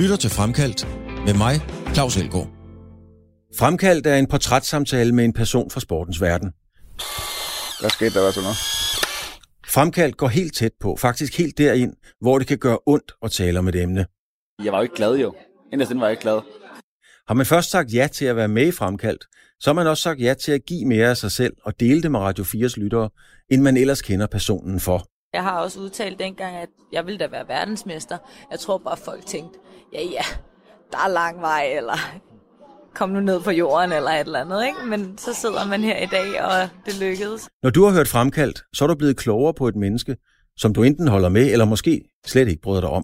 lytter til Fremkaldt med mig, Claus Elgaard. Fremkaldt er en portrætsamtale med en person fra sportens verden. Hvad skete der så noget? Fremkaldt går helt tæt på, faktisk helt derind, hvor det kan gøre ondt at tale om et emne. Jeg var jo ikke glad jo. Inderst var jeg ikke glad. Har man først sagt ja til at være med i Fremkaldt, så har man også sagt ja til at give mere af sig selv og dele det med Radio 4's lyttere, end man ellers kender personen for. Jeg har også udtalt dengang, at jeg ville da være verdensmester. Jeg tror bare, folk tænkte, ja, der er lang vej, eller kom nu ned på jorden, eller et eller andet, ikke? Men så sidder man her i dag, og det lykkedes. Når du har hørt Fremkaldt, så er du blevet klogere på et menneske, som du enten holder med, eller måske slet ikke bryder dig om.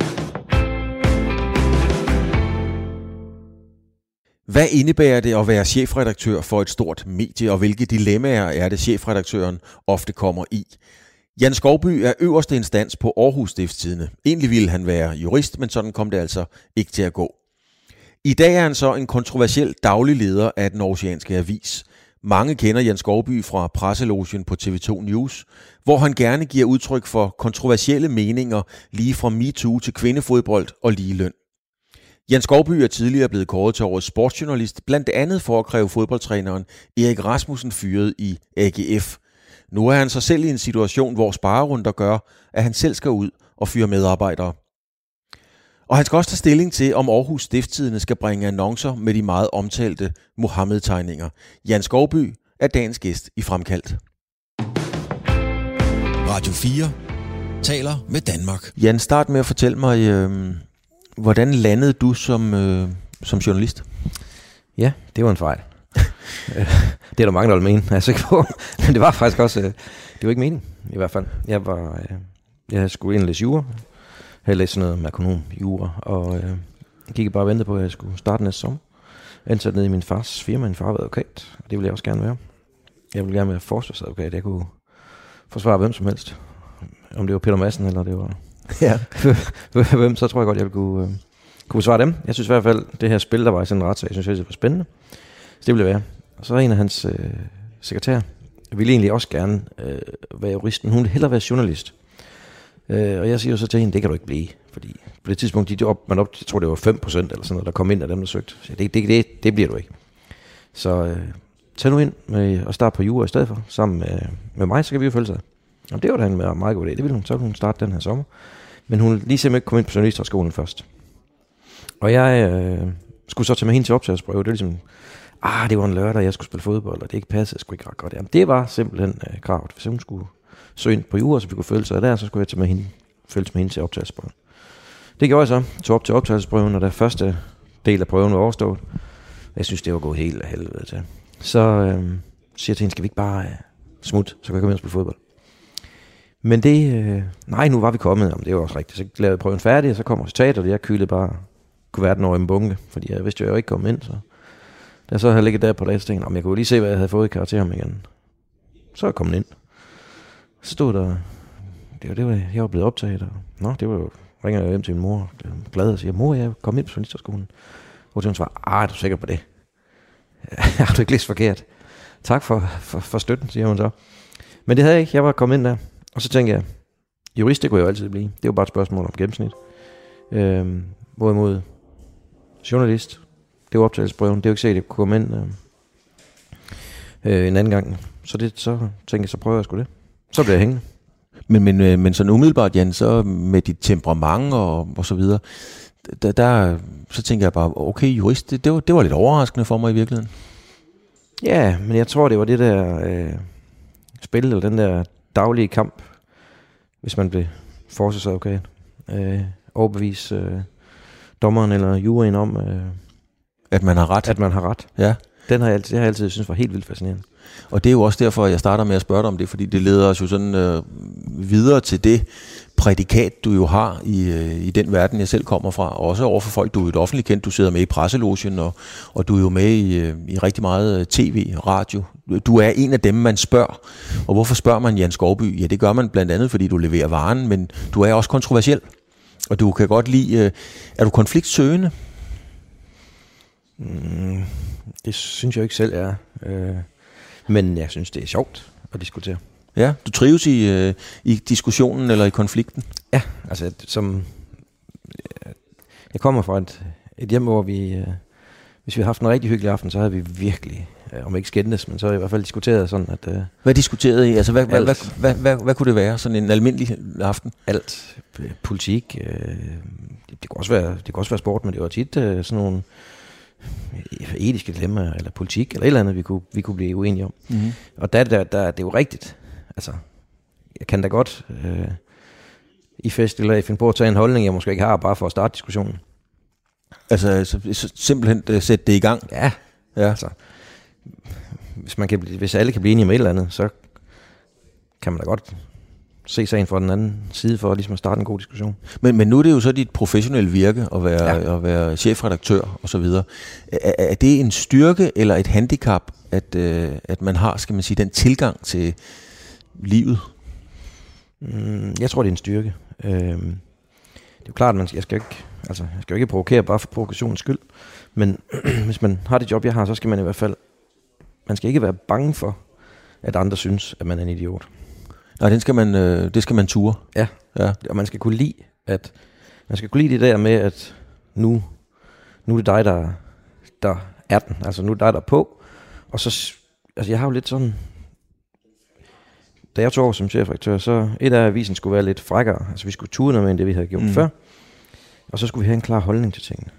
Hvad indebærer det at være chefredaktør for et stort medie, og hvilke dilemmaer er det, chefredaktøren ofte kommer i? Jan Skovby er øverste instans på Aarhus Stiftstidende. Egentlig ville han være jurist, men sådan kom det altså ikke til at gå. I dag er han så en kontroversiel daglig leder af den aarhusianske avis. Mange kender Jan Skovby fra presselogen på TV2 News, hvor han gerne giver udtryk for kontroversielle meninger lige fra MeToo til kvindefodbold og ligeløn. Jan Skovby er tidligere blevet kåret til årets sportsjournalist, blandt andet for at kræve fodboldtræneren Erik Rasmussen fyret i AGF. Nu er han så selv i en situation, hvor sparerunder gør, at han selv skal ud og fyre medarbejdere. Og han skal også tage stilling til, om Aarhus Stiftstidende skal bringe annoncer med de meget omtalte Mohammed-tegninger. Jan Skovby er dagens gæst i Fremkaldt. Radio 4 taler med Danmark. Jan, start med at fortælle mig, hvordan landede du som journalist? Ja, det var en fejl. Det er der mange, der vil mene, er jeg sikker på. Men det var faktisk også, det var ikke meningen, i hvert fald. Jeg skulle ind og læse jura. Jeg havde læst sådan noget med økonom-jura, og jeg gik bare og ventede på, at jeg skulle starte næste sommer. Jeg endte ned i min fars firma, min far var advokat, og det ville jeg også gerne være. Jeg ville gerne være forsvarsadvokat, jeg kunne forsvare hvem som helst. Om det var Peter Madsen, eller det var hvem, så tror jeg godt, jeg ville kunne svare dem. Jeg synes i hvert fald, det her spil, der var i sådan en retssag, jeg synes det var spændende. Så det ville være. Og så en af hans sekretærer ville egentlig også gerne være jurist, men hun ville hellere være journalist. Og jeg siger så til hende, det kan du ikke blive, fordi på det tidspunkt, jeg tror det var 5% eller sådan noget, der kom ind af dem, der søgte. Så det bliver du ikke. Så tag nu ind og start på jura i stedet for, sammen med mig, så kan vi jo følge sig. Og det var da en meget god idé, det ville hun. Så ville hun starte den her sommer. Men hun lige simpelthen ikke komme ind på journalisterskolen først. Og jeg skulle så tage med hende til optagelsesprøve. Det var ligesom, det var en lørdag, jeg skulle spille fodbold, og det ikke passede, jeg skulle ikke ret godt. Jamen, det var simpelthen kravet. Hvis hun skulle søge ind på jura, så vi kunne følge sig der, så skulle jeg tage med hende, følges med hende til optagelsesprøven. Det gjorde jeg så. Tog op til optagelsesprøven, og da første del af prøven var overstået, jeg synes, det var gået helt af helvede til. Så siger jeg til hende, skal vi ikke bare smutte, så kan jeg komme ind og spille fodbold. Men det, nu var vi kommet, jamen, det var også rigtigt. Så lavede jeg prøven færdig, og så kom resultatet, og jeg kylede bare kuverten over i en bunke, fordi jeg vidste jo ikke kom ind, så da jeg så havde ligget der på dagen, så tænkte jeg kunne lige se, hvad jeg havde fået i karakter ham igen. Så er jeg kommet ind. Så stod der, det var, jeg var blevet optaget, og det var jo, ringer jeg hjem til min mor, glad og siger, mor, jeg er kommet ind på journalisterskolen. Og hun svarer, er du sikker på det? Har du ikke læst forkert? Tak for støtten, siger hun så. Men det havde jeg ikke, jeg var kommet ind der. Og så tænkte jeg, jurist, det kunne jeg jo altid blive. Det var bare et spørgsmål om gennemsnit. Hvorimod journalist, det var optagelsesprøven. Det er jo ikke sikkert, at jeg kunne komme ind en anden gang. Så tænkte jeg, så prøver jeg sgu det. Så blev jeg hængende. Men sådan umiddelbart, Jan, så med dit temperament og så videre, så tænker jeg bare, okay, jurist, det var lidt overraskende for mig i virkeligheden. Ja, men jeg tror, det var det der spil, eller den der daglige kamp, hvis man blev forsvarsadvokat. Overbevis dommeren eller juryen om, at man har ret. At man har ret. Ja. Det har jeg altid synes var helt vildt fascinerende. Og det er jo også derfor, at jeg starter med at spørge dig om det, fordi det leder os jo sådan videre til det prædikat, du jo har i den verden, jeg selv kommer fra. Også overfor folk, du er jo et offentligt kendt, du sidder med i presselogen, og du er jo med i rigtig meget tv, radio. Du er en af dem, man spørger. Og hvorfor spørger man Jan Skovby? Ja, det gør man blandt andet, fordi du leverer varen, men du er også kontroversiel. Og du kan godt lide... er du konfliktsøgende? Det synes jeg ikke selv er. Men jeg synes, det er sjovt at diskutere. Ja, du trives i diskussionen eller i konflikten? Ja, altså Jeg kommer fra et hjem, hvor vi, hvis vi havde haft en rigtig hyggelig aften, så havde vi virkelig, om ikke skændes, men så havde vi i hvert fald diskuteret sådan, at... Hvad diskuterede I? Altså, hvad kunne det være, sådan en almindelig aften? Alt. Politik. Det kunne også være sport, men det var tit sådan nogle etiske dilemmaer, eller politik, eller et eller andet, vi kunne blive uenige om. Mm-hmm. Og der det er jo rigtigt. Altså, jeg kan da godt i festivaler finde på at tage en holdning, jeg måske ikke har, bare for at starte diskussionen. Altså simpelthen sætte det i gang? Ja. Altså, hvis alle kan blive enige om et eller andet, så kan man da godt se sagen fra den anden side for ligesom at starte en god diskussion. Men nu er det jo så dit professionelle virke at være chefredaktør og så videre. Er det en styrke eller et handicap, at man har, skal man sige, den tilgang til livet? Jeg tror, det er en styrke. Det er jo klart, at jeg skal jo ikke provokere bare for provokationens skyld. Men hvis man har det job, jeg har, så skal man i hvert fald... Man skal ikke være bange for, at andre synes, at man er en idiot. Nej, det skal man ture. Ja. Og man skal kunne lide, det der med, at nu er det dig, der er den. Altså nu er det dig, der er på. Og så... Altså jeg har jo lidt sådan... Da jeg tog over som chefredaktør, så et af avisen skulle være lidt frækkere. Altså vi skulle ture noget med, end det vi havde gjort før. Og så skulle vi have en klar holdning til tingene.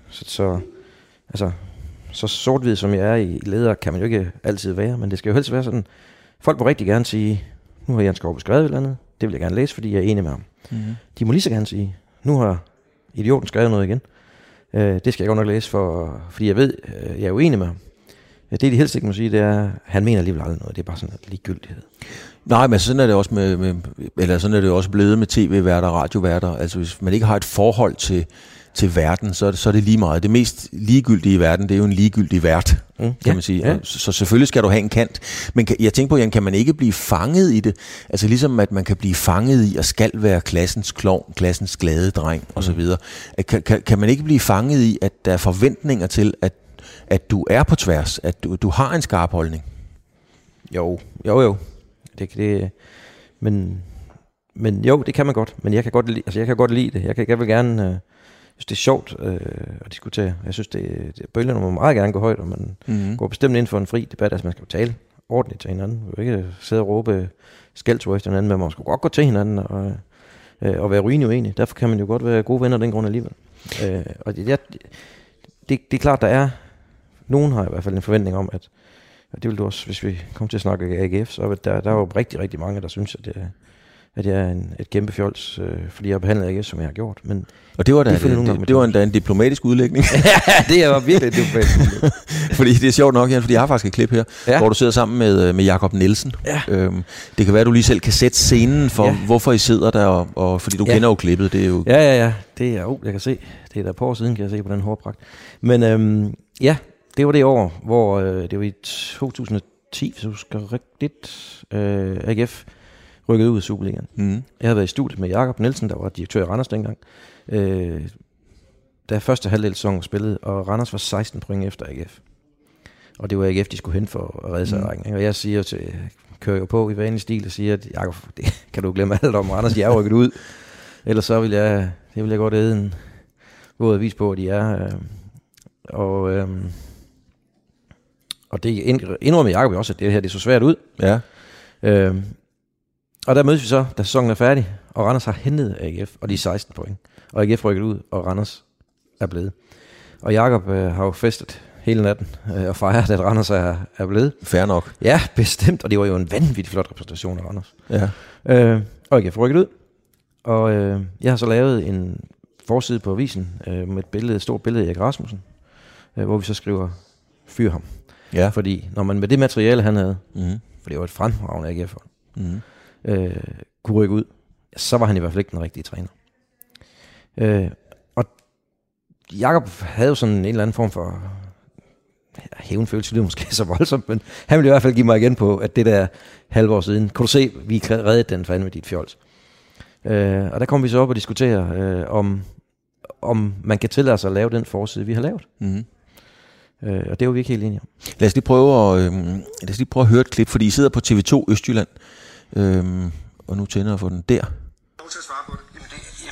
Så sort-hvid som jeg er i leder, kan man jo ikke altid være. Men det skal jo helst være sådan, folk må rigtig gerne sige, nu har Jan Skovby skrevet et eller andet. Det vil jeg gerne læse, fordi jeg er enig med ham. Mm-hmm. De må lige så gerne sige, nu har idioten skrevet noget igen. Det skal jeg godt nok læse, fordi jeg ved, jeg er uenig med ham. Det de helst ikke må sige, det er, han mener alligevel aldrig noget. Det er bare sådan en ligegyldighed. Nej, men sådan er det også eller sådan er det også blevet med tv-værter og radioværter. Altså hvis man ikke har et forhold til verden, så er det lige meget. Det mest ligegyldige i verden, det er jo en ligegyldig vært, kan man sige. Ja. Så selvfølgelig skal du have en kant. Men jeg tænker på, Jan, kan man ikke blive fanget i det? Altså ligesom at man kan blive fanget i at skal være klassens klovn, klassens glade dreng osv. Kan man ikke blive fanget i, at der er forventninger til, at du er på tværs, at du har en skarp holdning? Jo. Men jo, det kan man godt. Men jeg kan godt lide det. Jeg vil gerne... synes, det er sjovt at diskutere. Jeg synes, bølgerne må meget gerne gå højt, og man går bestemt ind for en fri debat. Altså, man skal jo tale ordentligt til hinanden. Man vil ikke sidde og råbe skældsord efter hinanden, men man skal godt gå til hinanden og være rygende uenig. Derfor kan man jo godt være gode venner af den grund alligevel. Og det er klart, der er... Nogen har i hvert fald en forventning om, at og det vil du også, hvis vi kommer til at snakke AGF, så der er jo rigtig, rigtig mange, der synes, at jeg er et kæmpe fjols, fordi jeg har behandlet AGF, som jeg har gjort. Men og det var endda en diplomatisk udlægning. Ja, det var virkelig en diplomatisk udlægning. Fordi det er sjovt nok, Jan, fordi jeg har faktisk et klip her, hvor du sidder sammen med Jakob Nielsen. Ja. Det kan være, at du lige selv kan sætte scenen for, hvorfor I sidder der, og fordi du kender jo klippet. Det er jo... Ja. Det er jeg kan se. Det er der på år siden, kan jeg se på den hårpragt. Men det var det år, hvor det var i 2010, hvis du husker rigtigt, AGF rykkede ud af Superligaen. Jeg havde været i studiet med Jakob Nielsen, der var direktør i Randers dengang. Da første halvdel sæson spillede, og Randers var 16 point efter AGF. Og det var AGF, de skulle hen for at redde sig af rækken. Og jeg kører jo på i vanlig stil og siger, at Jakob, det kan du glemme alt om Randers, de er rykket ud. Ellers så vil jeg godt æde en våd avis på, at de er. Og det indrømmer Jakob også, at det her det så svært ud. Ja. Og der mødes vi så, da sæsonen er færdig, og Randers har hentet AGF, og de er 16 point. Og AGF rykket ud, og Randers er blevet. Og Jakob har jo festet hele natten og fejret, at Randers er blevet. Fair nok. Ja, bestemt, og det var jo en vanvittig flot repræsentation af Randers. Ja. Og AGF rykket ud, og jeg har så lavet en forside på avisen med et stort billede af Erik Rasmussen, hvor vi så skriver, fyr ham. Ja. Fordi når man med det materiale, han havde, for det var et fremragende AGF, kunne rykke ud, så var han i hvert fald ikke den rigtige træner. Og Jakob havde jo sådan en eller anden form for hævnfølelse, det er måske så voldsomt, men han ville i hvert fald give mig igen på, at det der halve år siden, kunne du se, vi reddede den fandme dit fjols. Og der kom vi så op og diskutere, om man kan tillade sig at lave den forside, vi har lavet. Og det var vi ikke helt enige om. Lad os lige prøve at høre et klip, fordi I sidder på TV2 Østjylland, og nu tænder jeg for den der. Jeg kan ikke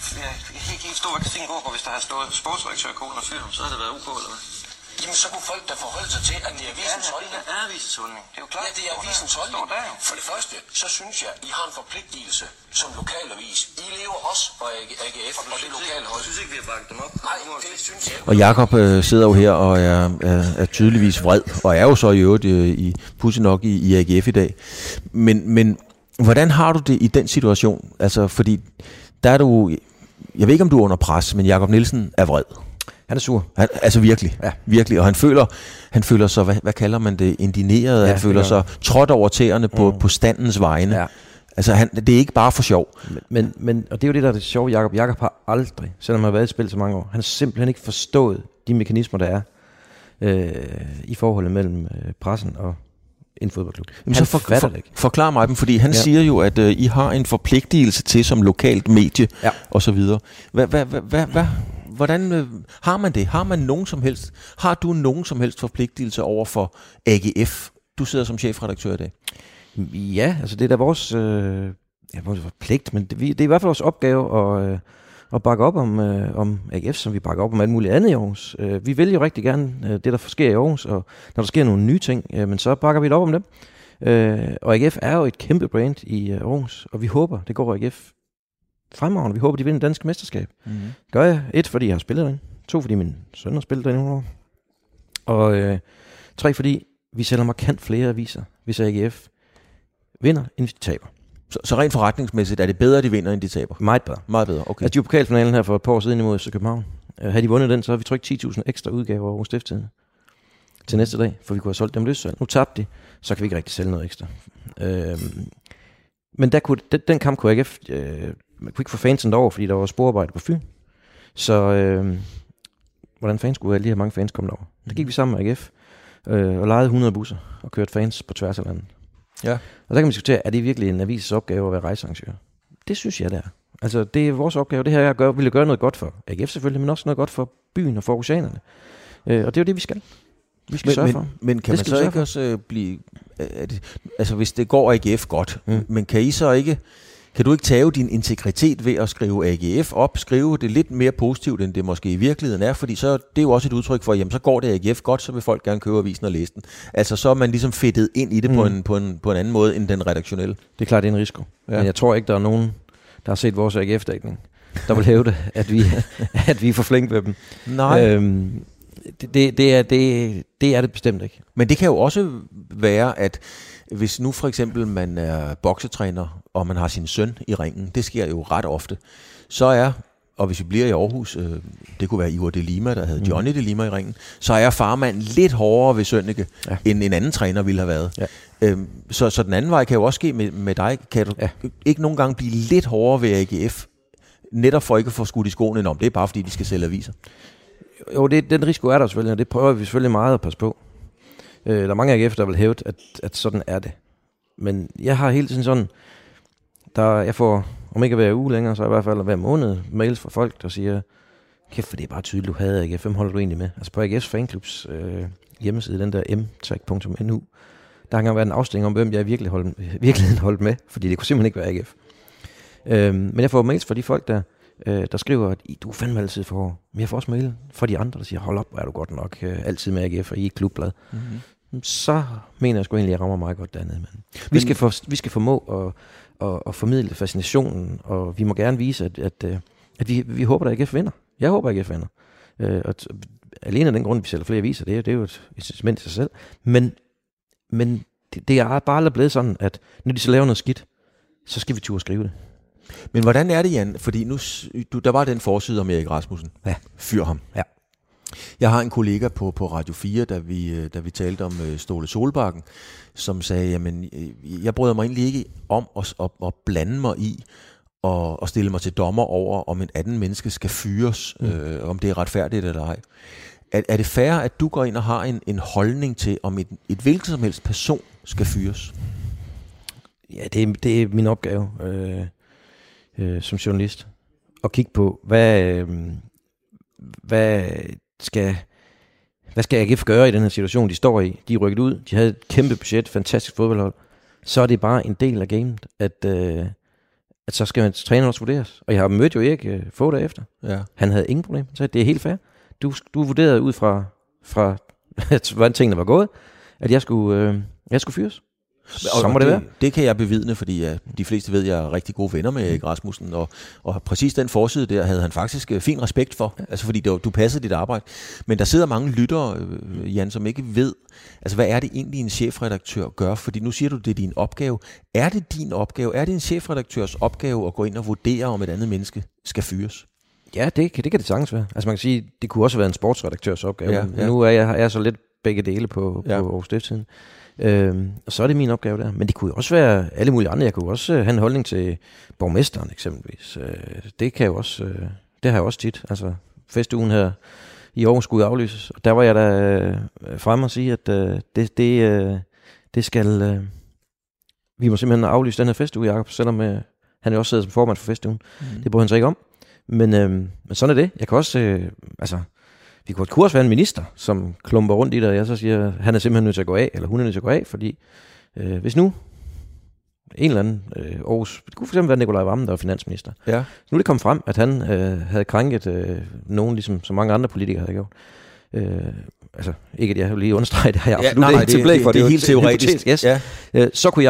helt stå, hvad Christine Gård, hvis der havde stået sportsredaktør i Kolen og fyret ham, så havde det været ok, eller hvad? Jamen, så kunne folk da forholde sig til, at det er avisens holdning. Det er avisens holdning. Det er jo klart. Ja, det er avisens holdning. For det første, så synes jeg, I har en forpligtelse som lokalavis. I lever også for AGF og det lokale hold. Jeg synes ikke, vi har bakket dem op. Nej, det synes jeg. Og Jakob sidder jo her og er tydeligvis vred, og er jo så i øvrigt pudsigt nok i AGF i dag. Men hvordan har du det i den situation? Altså, fordi der er du... Jeg ved ikke, om du er under pres, men Jakob Nielsen er vred. Han er sur. Altså virkelig, ja. Virkelig. Og han føler sig, hvad kalder man det, indineret. Ja, han føler sig trådt over tæerne på standens vegne. Ja. Altså det er ikke bare for sjov. Men og det er jo det, der er det sjove, Jakob. Jakob har aldrig, selvom han har været i spil så mange år, han har simpelthen ikke forstået de mekanismer, der er i forholdet mellem pressen og en fodboldklub. Jamen, så forklar mig dem, fordi han siger jo, at I har en forpligtelse til som lokalt medie og så videre. Hvordan har man det? Har du nogen som helst forpligtelse over for AGF? Du sidder som chefredaktør i dag. Ja, altså det er da vores pligt, men det er i hvert fald vores opgave at bakke op om AGF, som vi bakker op om alt muligt andet i Aarhus. Vi vil jo rigtig gerne det, der sker i Aarhus, og når der sker nogle nye ting, men så bakker vi op om dem. Og AGF er jo et kæmpe brand i Aarhus, og vi håber, det går AGF fremragende. Vi håber, de vinder det danske mesterskab. Mm-hmm. Gør jeg 1, fordi jeg har spillet derinde. 2, fordi min søn har spillet derinde nogle år. Og 3, fordi vi sælger markant flere aviser, hvis AGF vinder, end de taber. Så rent forretningsmæssigt er det bedre, at de vinder, end de taber? Meget bedre. Meget bedre, okay. Altså, de var pokalfinalen her for et par år siden imod FC København. Havde de vundet den, så havde vi trykt 10.000 ekstra udgaver over Stiftstidende til næste dag, for vi kunne have solgt dem løssalg. Nu tabte de, så kan vi ikke rigtig sælge noget ekstra. Men den kamp kunne AGF... man kunne ikke få fansen derover, fordi der var sporarbejde på Fyn. Så hvordan fans skulle alle de her mange fans komme derover? Der gik vi sammen med AGF og lejede 100 busser og kørte fans på tværs af landet. Ja. Og der kan man diskutere, er det virkelig en avises opgave at være rejsearrangør? Det synes jeg, det er. Altså, det er vores opgave. Det her vil gøre noget godt for AGF selvfølgelig, men også noget godt for byen og for oceanerne. Og det er jo det, vi skal. Vi skal sørge for. Men kan man så ikke også blive... altså, hvis det går AGF godt, men kan I så ikke... Kan du ikke tage din integritet ved at skrive AGF op, skrive det lidt mere positivt, end det måske i virkeligheden er, fordi så det er jo også et udtryk for, jamen så går det AGF godt, så vil folk gerne købe avisen og læse den. Altså så er man ligesom fedtet ind i det på en anden måde end den redaktionelle. Det er klart, det er en risiko. Ja. Men jeg tror ikke, der er nogen, der har set vores AGF-dækning, der vil hævde, at vi er for flink ved dem. Nej. Det er det bestemt ikke. Men det kan jo også være, at hvis nu for eksempel man er boksetræner, og man har sin søn i ringen, det sker jo ret ofte, så og hvis vi bliver i Aarhus, det kunne være Ivar de Lima, der havde Johnny de Lima i ringen, så er farmand lidt hårdere ved Sønneke, end en anden træner ville have været. Ja. Så den anden vej kan jo også ske med dig. Kan du ikke nogle gange blive lidt hårdere ved AGF, netop for ikke at få skudt i skoene, om det er bare fordi, de skal sælge aviser? Jo, den risiko er der selvfølgelig, og det prøver vi selvfølgelig meget at passe på. Der er mange AGF, der vil hævde, at sådan er det. Men jeg har hele tiden sådan, jeg får, om ikke at være uge længere, så i hvert fald hver måned, mails fra folk, der siger, kæft, for det er bare tydeligt, du havde AGF, hvem holder du egentlig med? Altså på AGF's fanklubs hjemmeside, den der mtag.nu, der har engang været en afstilling om, hvem jeg virkelig holdt med, fordi det kunne simpelthen ikke være AGF. Men jeg får mails fra de folk, der skriver, at du er fandme altid for. Men jeg får også mail fra de andre, der siger, hold op, er du godt nok altid med AGF, og I er et klubblad. Mm-hmm. Så mener jeg sgu egentlig, at jeg rammer meget godt dernede. Men vi skal formå at formidle fascinationen, og vi må gerne vise, at vi håber, at AGF vinder. Jeg håber, at AGF vinder. Og alene af den grund, at vi sælger flere aviser, det er jo et incitament i sig selv. Men det er bare aldrig blevet sådan, at når de så laver noget skidt, så skal vi turde skrive det. Men hvordan er det, Jan? Fordi nu, der var den forside om Erik Rasmussen. Ja. Fyr ham. Ja. Jeg har en kollega på Radio 4, da vi talte om Ståle Solbakken, som sagde, jamen, jeg bryder mig egentlig ikke om at blande mig i og stille mig til dommer over, om en anden menneske skal fyres, om det er retfærdigt eller ej. Er det fair, at du går ind og har en holdning til, om et hvilket som helst person skal fyres? Ja, det er min opgave som journalist. At kigge på, hvad skal AGF gøre i den her situation, de står i? De er rykket ud, de havde et kæmpe budget, fantastisk fodboldhold. Så er det bare en del af gamet, at så skal hans træner også vurderes. Og jeg har mødt jo Erik få dage efter. Ja. Han havde ingen problem. Så det er helt fair. Du vurderede ud fra hvordan tingene var gået, at jeg skulle fyres. Så må det være. Det kan jeg bevidne, fordi de fleste ved, at jeg er rigtig gode venner med Erik Rasmussen, og præcis den forside der havde han faktisk fin respekt for, altså fordi du passede dit arbejde. Men der sidder mange lyttere, Jan, som ikke ved, altså hvad er det egentlig en chefredaktør gør? Fordi nu siger du, det er din opgave. Er det din opgave? Er det en chefredaktørs opgave at gå ind og vurdere, om et andet menneske skal fyres? Ja, det kan det sagtens være. Altså man kan sige, det kunne også være en sportsredaktørs opgave. Ja. Nu er jeg så lidt begge dele på Aarhus Stiftstidende. Og så er det min opgave der. Men det kunne jo også være alle mulige andre. Jeg kunne også have en holdning til borgmesteren eksempelvis. Det kan jo også, det har jeg også tit. Altså festugen her i Aarhus skulle aflyses. Og der var jeg da fremme og sige, at det skal... vi må simpelthen aflyse den her festuge, Jacob, selvom han jo også sidder som formand for festugen. Det bryder han sig ikke om. Men sådan er det. Jeg kan også... vi kunne også være en minister, som klumper rundt i det, og jeg så siger, han er simpelthen nødt til at gå af, eller hun er nødt til at gå af, fordi hvis nu en eller anden Aarhus, det kunne for eksempel være Nikolaj Wammen, der var finansminister. Ja. Så nu er det kommet frem, at han havde krænket nogen, ligesom så mange andre politikere havde gjort. Ikke at jeg vil lige understrege det, har jeg absolut ikke til blæk for. Det er helt teoretisk. Yes. Ja. Så kunne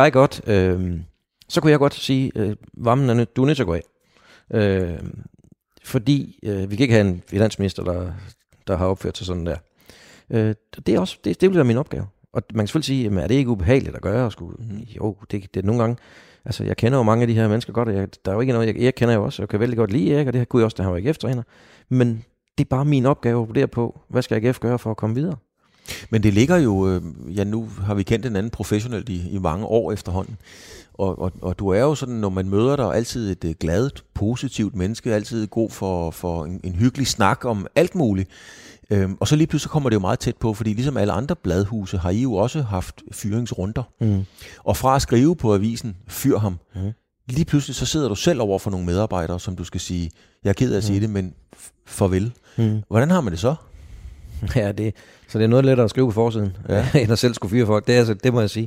jeg godt sige, Wammen, du er nødt til at gå af. Fordi vi kan ikke have en finansminister, der har opført sig sådan der. Det er også, det vil være min opgave. Og man kan selvfølgelig sige, jamen, er det ikke ubehageligt at gøre? Jo, det er nogle gange. Altså, jeg kender jo mange af de her mennesker godt, og der er jo ikke noget, jeg kender jo også, jeg kan vældig godt lide Erik, og det her kunne jeg også, da han var AGF-træner. Men det er bare min opgave at vurdere på, hvad skal AGF gøre for at komme videre? Men det ligger jo, nu har vi kendt en anden professionelt i mange år efterhånden, og du er jo sådan, når man møder dig, altid et gladt, positivt menneske, altid god for en hyggelig snak om alt muligt. Og så lige pludselig kommer det jo meget tæt på, fordi ligesom alle andre bladhuse har I jo også haft fyringsrunder. Og fra at skrive på avisen, fyr ham, lige pludselig så sidder du selv over for nogle medarbejdere, som du skal sige, jeg er ked af at sige det, men farvel. Hvordan har man det så? Ja, så det er noget lettere at skrive på forsiden, end at selv skulle fyre folk. Det må jeg sige.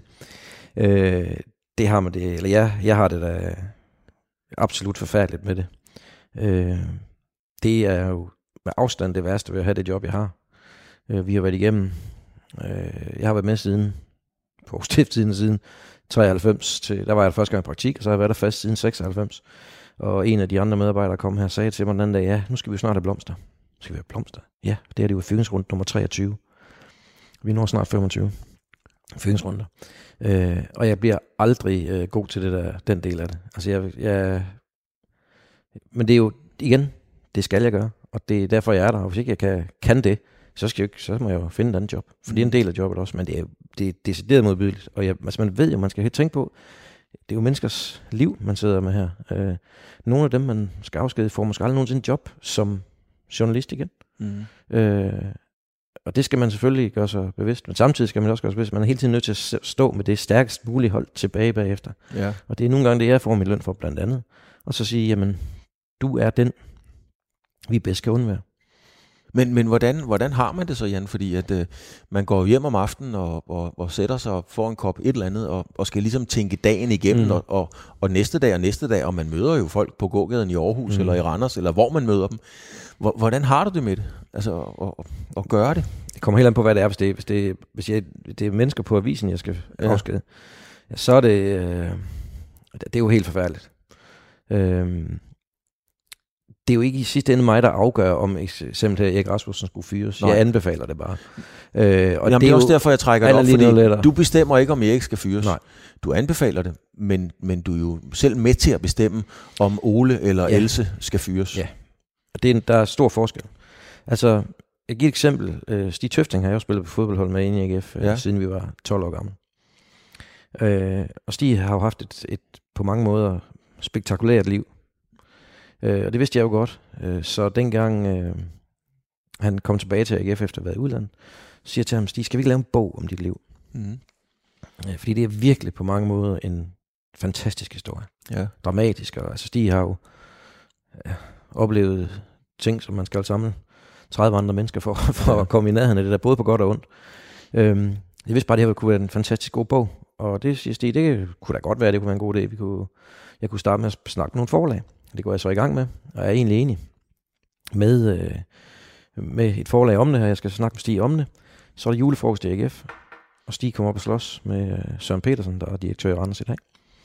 Det har man det, eller jeg har det da absolut forfærdeligt med det. Det er jo med afstand det værste ved at have det job, jeg har. Vi har været igennem, jeg har været med siden, på stiftstiden siden 93, der var jeg første gang i praktik, og så har jeg været der fast siden 96. Og en af de andre medarbejdere kom her og sagde til mig den anden dag, ja, nu skal vi snart have blomster. Skal vi have blomster? Ja, det er det jo fyringsrunde nummer 23. Vi når snart 25 fyringsrunder. Og jeg bliver aldrig god til den del af det. Altså men det er jo, igen, det skal jeg gøre. Og det er derfor, jeg er der. Og hvis ikke jeg kan det, så må jeg jo finde et andet job. For det er en del af jobbet også, men det er decideret modbydeligt. Og man ved jo, man skal helt tænke på, det er jo menneskers liv, man sidder med her. Nogle af dem, man skal afskede, får måske aldrig nogensinde job som journalist igen. Og det skal man selvfølgelig gøre sig bevidst, men samtidig skal man også gøre sig bevidst, man er hele tiden nødt til at stå med det stærkest mulige hold tilbage bagefter. Ja. Og det er nogle gange det, jeg får min løn for blandt andet. Og så sige, jamen, du er den, vi bedst kan undvære. Men hvordan har man det så, Jan? Fordi at man går hjem om aftenen og sætter sig og får en kop et eller andet, og skal ligesom tænke dagen igennem, og næste dag, og man møder jo folk på gågaden i Aarhus, eller i Randers, eller hvor man møder dem. Hvordan har du det med det? Altså at gøre det? Det kommer helt an på, hvad det er. Hvis det er mennesker på avisen, jeg skal afskede, så er det er jo helt forfærdeligt. Det er jo ikke i sidste ende mig, der afgør, om eksempelvis Erik Rasmussen skulle fyres. Jeg anbefaler det bare. Og det er også derfor, jeg trækker det op, fordi du bestemmer ikke, om Erik skal fyres. Nej. Du anbefaler det, men du er jo selv med til at bestemme, om Ole eller Else skal fyres. Ja, og der er stor forskel. Altså, jeg giver et eksempel. Stig Tøfting har jeg jo spillet på fodboldhold med inde i AGF, siden vi var 12 år gamle. Og Stig har jo haft et på mange måder spektakulært liv. Og det vidste jeg jo godt. Så dengang han kom tilbage til AGF efter at have været i udlandet, så siger jeg til ham, Stig, skal vi ikke lave en bog om dit liv? Fordi det er virkelig på mange måder en fantastisk historie. Ja. Dramatisk. Og, altså Stig har jo oplevet ting, som man skal samle 30 andre mennesker for at komme i nærheden af det der, både på godt og ondt. Jeg vidste bare, at det her kunne være en fantastisk god bog. Og det siger Stig, det kunne da godt være, det kunne være en god idé. Jeg kunne starte med at snakke med nogle forlag. Det går jeg så i gang med, og jeg er egentlig enig med et forlag om det her. Jeg skal snakke med Stig om det. Så er der julefrokost i AGF, og Stig kommer op og slås med Søren Petersen, der er direktør i Randers i dag.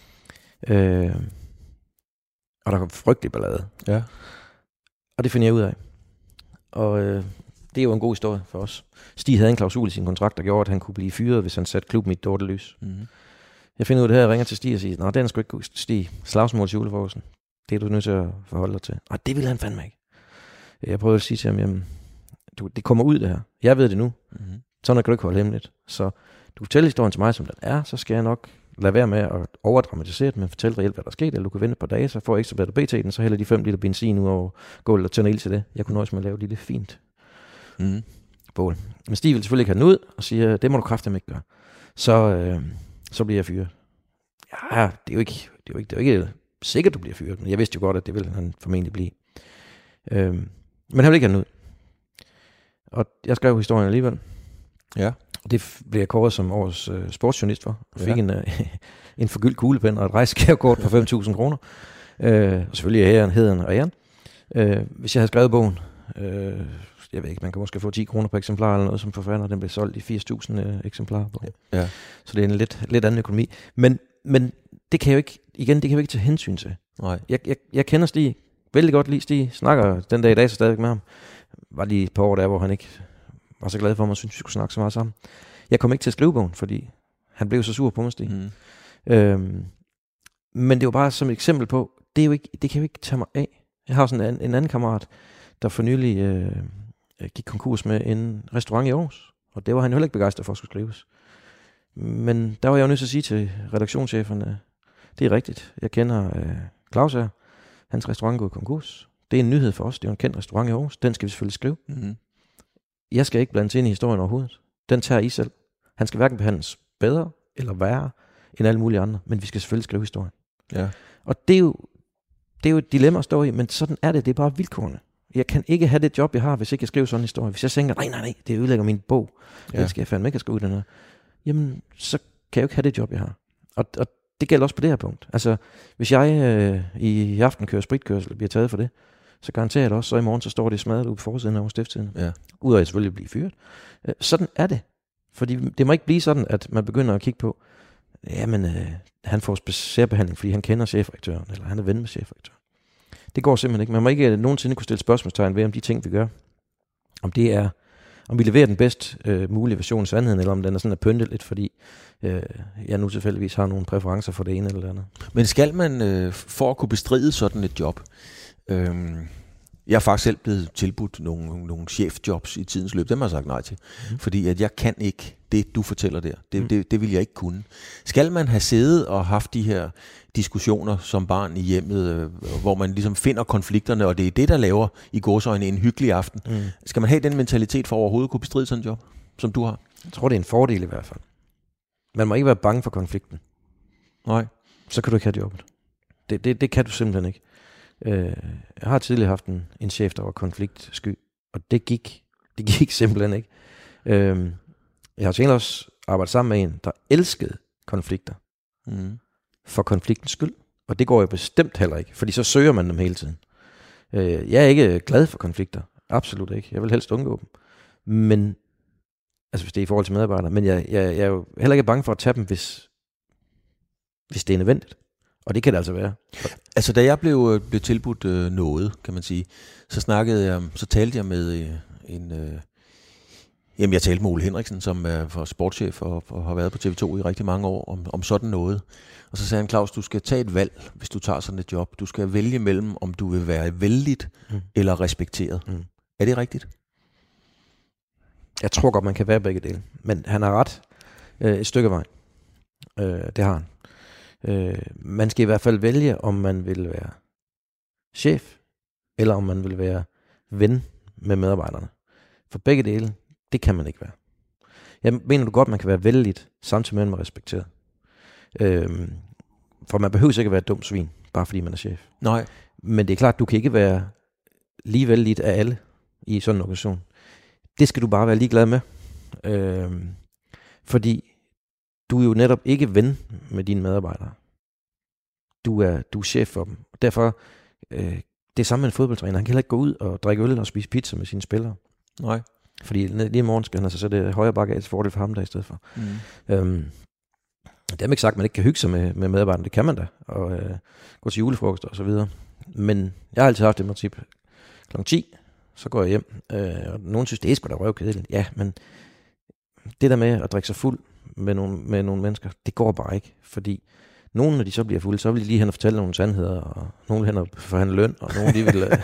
Og der kom frygtelig ballade. Ja. Og det finder jeg ud af. Og det er jo en god historie for os. Stig havde en klausul i sin kontrakt, der gjorde, at han kunne blive fyret, hvis han satte klubben i et dårligt lys. Mm-hmm. Jeg finder ud af det her, jeg ringer til Stig og siger, nej, den er sgu ikke Stig. Slagsmål til julefrokosten. Det er du nødt til at forholde dig til. Og det ville han fandme ikke. Jeg prøvede at sige til ham, jamen, det kommer ud det her. Jeg ved det nu. Mm-hmm. Sådan kan du ikke holde hemmeligt. Så du fortæller historien til mig, som den er, så skal jeg nok lade være med at overdramatisere det, men fortælle reelt, hvad der skete, eller du kan vente et par dage, så får jeg ekstra bedre BT, så hælder de 5 liter benzin ud over gulvet og tænder ild til det. Jeg kunne nøjes med at lave et lille fint bål. Men Stig vil selvfølgelig ikke have den ud, og siger, det må du kraftedeme ikke gøre. Så bliver jeg fyret. Ja, det er jo ikke sikkert, du bliver fyret, men jeg vidste jo godt, at det ville han formentlig blive. Men han vil ikke have den ud. Og jeg skrev historien alligevel. Ja. Og det blev jeg kåret som årets sportsjournalist for. Jeg fik en forgyldt kuglepen og et rejsegavekort på 5.000 kroner. Og selvfølgelig hederen og æren. Hvis jeg havde skrevet bogen, jeg ved ikke, man kan måske få 10 kroner per eksemplar eller noget som forfatter, den blev solgt i 80.000 eksemplarer. Ja. Så det er en lidt anden økonomi. Men det kan jeg jo ikke, igen, det kan jeg jo ikke tage hensyn til. Nej. Jeg kender Stig vældig godt lige. Stig snakker den dag i dag så stadigvæk med ham. Var lige et par år der, hvor han ikke var så glad for mig, og synes vi skulle snakke så meget sammen. Jeg kom ikke til at skrive bogen, fordi han blev så sur på mig, Stig. Men det var bare som et eksempel på, det kan jo ikke tage mig af. Jeg har sådan en anden kammerat, der for nylig gik konkurs med en restaurant i Aarhus, og det var han jo heller ikke begejstret for at skulle skrives. Men der var jeg jo nødt til at sige til redaktionscheferne, det er rigtigt, jeg kender Claus her, hans restaurant er gået konkurs. Det er en nyhed for os, det er en kendt restaurant i Aarhus, den skal vi selvfølgelig skrive. Mm-hmm. Jeg skal ikke blande ind i historien overhovedet. Den tager I selv. Han skal hverken behandles bedre eller værre end alle mulige andre, men vi skal selvfølgelig skrive historien. Ja. Og det er jo et dilemma at stå i, men sådan er det. Det er bare vilkårene. Jeg kan ikke have det job, jeg har, hvis ikke jeg skriver sådan en historie. Hvis jeg tænker, nej, det ødelægger min bog. Den skal jeg fandme ikke have skrive den her. Jamen, så kan jeg jo ikke have det job, jeg har. Og det gælder også på det her punkt. Altså, hvis jeg i aften kører spritkørsel og bliver taget for det, så garanterer jeg det også, så i morgen så står det smadret ud på forsiden af Stiftstidende. Ja. Udover at selvfølgelig blive fyret. Sådan er det. Fordi det må ikke blive sådan, at man begynder at kigge på, jamen, han får særbehandling, fordi han kender chefredaktøren, eller han er ven med chefredaktøren. Det går simpelthen ikke. Man må ikke nogensinde kunne stille spørgsmålstegn ved, om de ting, vi gør, om vi leverer den bedst mulige version af sandheden, eller om den er sådan pyntet lidt, fordi jeg nu tilfældigvis har nogle præferencer for det ene eller andet. Men skal man, for at kunne bestride sådan et job, jeg er faktisk selv blevet tilbudt nogle chefjobs i tidens løb, dem har jeg sagt nej til, fordi at jeg kan ikke det, du fortæller der. Det vil jeg ikke kunne. Skal man have siddet og haft de her diskussioner som barn i hjemmet, hvor man ligesom finder konflikterne, og det er det, der laver i gåseøjne en hyggelig aften. Skal man have den mentalitet for overhovedet at kunne bestride sådan en job, som du har? Jeg tror, det er en fordel i hvert fald. Man må ikke være bange for konflikten. Nej. Så kan du ikke have jobbet. Det kan du simpelthen ikke. Jeg har tidligere haft en chef, der var konfliktsky, og det gik simpelthen ikke. Jeg har senere også arbejdet sammen med en, der elskede konflikter for konfliktens skyld, og det går jo bestemt heller ikke, fordi så søger man dem hele tiden. Jeg er ikke glad for konflikter, absolut ikke. Jeg vil helst undgå dem, men altså hvis det er i forhold til medarbejdere, men jeg er jo heller ikke bange for at tage dem, hvis det er nødvendigt. Og det kan det altså være. Altså da jeg blev tilbudt noget, kan man sige, så talte jeg med jeg talte med Ole Henriksen, som er for sportschef og har været på TV2 i rigtig mange år, om sådan noget. Og så sagde han, Claus, du skal tage et valg, hvis du tager sådan et job. Du skal vælge mellem, om du vil være vældigt eller respekteret. Er det rigtigt? Jeg tror godt, man kan være begge dele. Men han har ret et stykke vej. Det har han. Man skal i hvert fald vælge, om man vil være chef, eller om man vil være ven med medarbejderne. For begge dele, det kan man ikke være. Jeg mener du godt, man kan være vældigt, samtidig med at man er respekteret. For man behøver ikke at være et dumt svin, bare fordi man er chef. Nej. Men det er klart, du kan ikke være lige vældigt af alle i sådan en organisation. Det skal du bare være ligeglad med. Fordi du er jo netop ikke ven med dine medarbejdere. Du er chef for dem. Derfor, det er samme med en fodboldtræner. Han kan heller ikke gå ud og drikke øl og spise pizza med sine spillere. Nej. Fordi lige i morgen skal han altså sætte højre bakke af til fordel for ham der i stedet for. Det er ikke sagt, at man ikke kan hygge sig med medarbejderne. Det kan man da. Og gå til julefrokost og så videre. Men jeg har altid haft det princip. Kl. 10, så går jeg hjem. Og nogen synes, det er sgu da røvkedeligt. Ja, men det der med at drikke sig fuld med nogle mennesker, det går bare ikke. Fordi nogle, når de så bliver fulde, så vil de lige hen og fortælle nogle sandheder, og nogle vil hen og forhandle løn, og nogle de vil...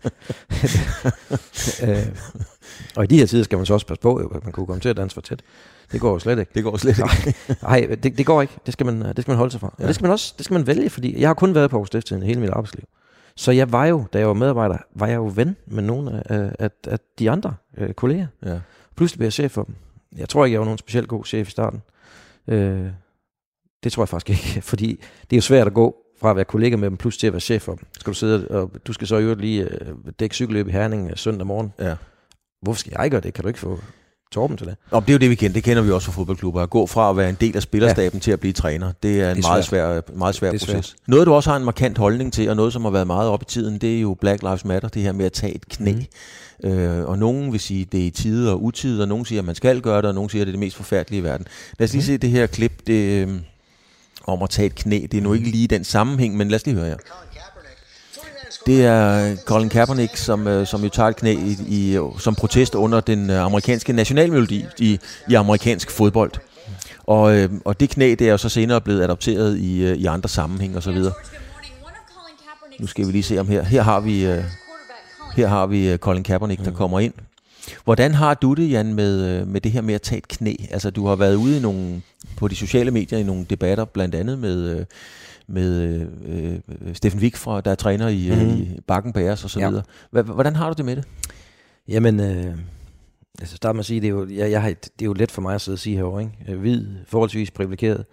og i de her tider skal man så også passe på, at man kunne komme til at danse for tæt. Det går jo slet ikke. Det går slet ikke. Nej, det går ikke. Det skal man holde sig fra. Ja. Og det skal man vælge, fordi jeg har kun været på Aarhus Stiftstidende hele mit arbejdsliv. Så jeg var jo, da jeg var medarbejder, var jeg jo ven med nogle af de andre kolleger. Ja. Pludselig blev jeg chef for dem. Jeg tror ikke, jeg var nogen specielt god chef i starten. Det tror jeg faktisk ikke, fordi det er jo svært at gå fra at være kollega med dem, plus til at være chef for dem. Skal du sidde, og du skal så i øvrigt lige dække cykelløb i Herning søndag morgen. Ja. Hvorfor skal jeg gøre det? Kan du ikke få Torben til det? Det er jo det, vi kender. Det kender vi også fra fodboldklubber. At gå fra at være en del af spillerstaben til at blive træner, det er en meget svær proces. Noget, du også har en markant holdning til, og noget, som har været meget op i tiden, det er jo Black Lives Matter, det her med at tage et knæ. Og nogen vil sige, det er i tide og utide, og nogen siger, at man skal gøre det, og nogen siger, at det er det mest forfærdelige i verden. Lad os lige se det her klip, om at tage et knæ. Det er nu ikke lige den sammenhæng, men lad os lige høre her. Det er Colin Kaepernick, som jo tager et knæ som protest under den amerikanske nationalmelodi i amerikansk fodbold. Og det knæ, det er jo så senere blevet adopteret i andre sammenhæng og så videre. Nu skal vi lige se om her. Her har vi Colin Kaepernick, der kommer ind. Hvordan har du det, Jan, med det her med at tage et knæ? Altså, du har været ude på de sociale medier i nogle debatter, blandt andet med Steffen Wik, der er træner i Bakken Bears og så videre. Hvordan har du det med det? Jamen, altså start med at sige, det er jo let for mig at sidde og sige herovre, ikke? Hvid, forholdsvis privilegeret,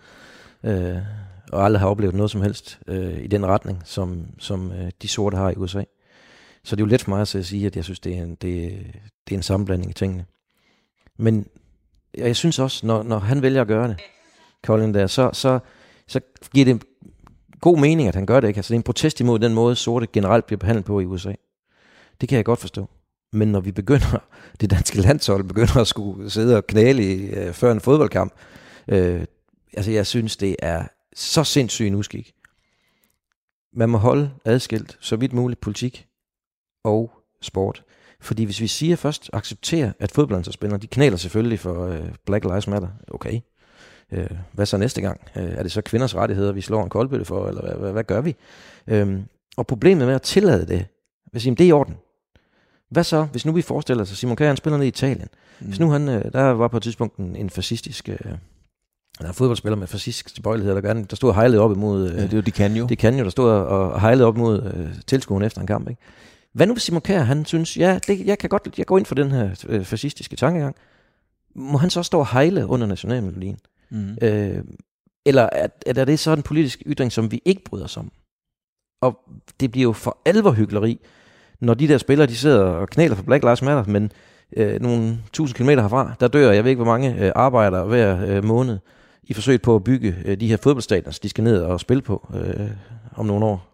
og aldrig har oplevet noget som helst i den retning, som de sorte har i USA. Så det er jo let for mig at sige, at jeg synes, det er en sammenblanding i tingene. Men jeg synes også, når han vælger at gøre det, Colin der, så giver det god mening, at han gør det, ikke? Altså det er en protest imod den måde, sorte generelt bliver behandlet på i USA. Det kan jeg godt forstå. Men når vi begynder, det danske landshold begynder at skulle sidde og knæle før en fodboldkamp, altså jeg synes, det er så sindssygt en uskik. Man må holde adskilt så vidt muligt politik og sport. Fordi hvis vi siger først, accepterer, at fodboldlandsholdsspillere, de knæler selvfølgelig for Black Lives Matter, okay. Hvad så næste gang? Er det så kvinders rettigheder, vi slår en koldbøtte for, eller hvad gør vi? Og problemet med at tillade det, hvis det er i orden. Hvad så, hvis nu vi forestiller os, at Simon Kjær, han spiller ned i Italien. Hvis nu der var på et tidspunkt en fascistisk, en fodboldspiller med fascistisk tilbøjelighed, der stod og hejlede op imod... det er jo Di Canio. Di Canio, der stod og hejlede op imod tilskueren efter en kamp, ikke? Hvad nu hvis Simon Kjær, han synes, jeg går ind for den her fascistiske tankegang. Må han så stå og hejle under nationalmelodien? Eller er det så en politisk ytring, som vi ikke bryder os om? Og det bliver jo for alvor hykleri, når de der spillere, de sidder og knæler for Black Lives Matter, men nogle 1000 kilometer herfra, der dør, jeg ved ikke hvor mange arbejdere hver måned i forsøget på at bygge de her fodboldstadioner, de skal ned og spille på om nogle år.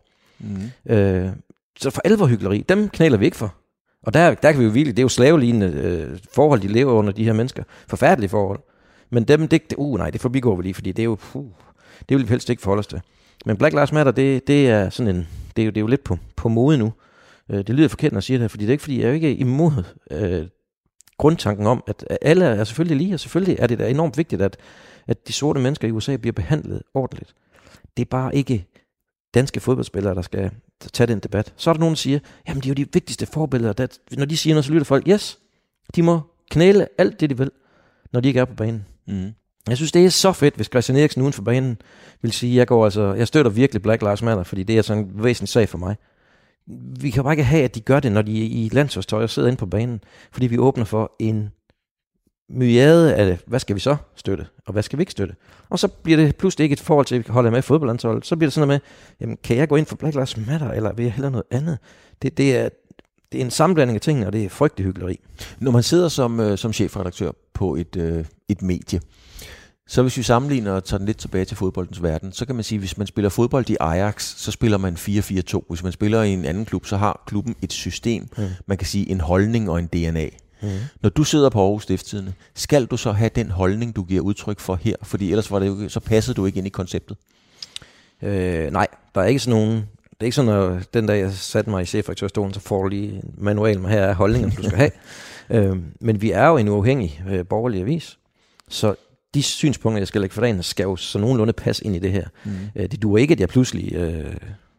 Så for alvor hykleri, dem knæler vi ikke for. Og der kan vi jo virkelig, det er jo slavelignende forhold, de lever under, de her mennesker. Forfærdelige forhold. Men dem, det forbigår vi lige, fordi det er jo, det vil vi helst ikke forholde os til. Men Black Lives Matter, det er sådan en, det er jo lidt på mode nu. Det lyder forkert, når jeg siger det her, fordi det er ikke, fordi jeg er jo ikke imod grundtanken om, at alle er selvfølgelig lige, og selvfølgelig er det da enormt vigtigt, at de sorte mennesker i USA bliver behandlet ordentligt. Det er bare ikke danske fodboldspillere, der skal tage den debat. Så er der nogen, der siger, jamen de er jo de vigtigste forbilleder. Når de siger noget, så lytter folk, yes, de må knæle alt det, de vil, når de ikke er på banen. Jeg synes, det er så fedt, hvis Christian Eriksen uden for banen vil sige, jeg støtter virkelig Black Lives Matter, fordi det er sådan en væsentlig sag for mig. Vi kan bare ikke have, at de gør det, når de er i landsholdstøj og sidder inde på banen, fordi vi åbner for en myriade af, hvad skal vi så støtte, og hvad skal vi ikke støtte? Og så bliver det pludselig ikke et forhold til, at vi kan holde med i fodboldlandsholdet. Så bliver det sådan noget med, jamen, kan jeg gå ind for Black Lives Matter, eller vil jeg hellere noget andet? Det er en sammenblanding af tingene, og det er frygtelig hykleri. Når man sidder som chefredaktør på et medie, Så hvis vi sammenligner og tager den lidt tilbage til fodboldens verden, så kan man sige, at hvis man spiller fodbold i Ajax, så spiller man 4-4-2. Hvis man spiller i en anden klub, så har klubben et system. Man kan sige en holdning og en DNA. Når du sidder på Aarhus Stiftstidende, skal du så have den holdning, du giver udtryk for her? Fordi ellers var det jo, så passede du ikke ind i konceptet. Nej, der er ikke sådan nogen. Det er ikke sådan, at den dag jeg satte mig i chefredaktørstolen, så får du lige en manual med, her er holdningen, du skal have. Men vi er jo en uafhængig borgerlig avis, så de synspunkter, jeg skal lægge for dagen, skal jo så nogenlunde passe ind i det her. Det duer ikke, at jeg pludselig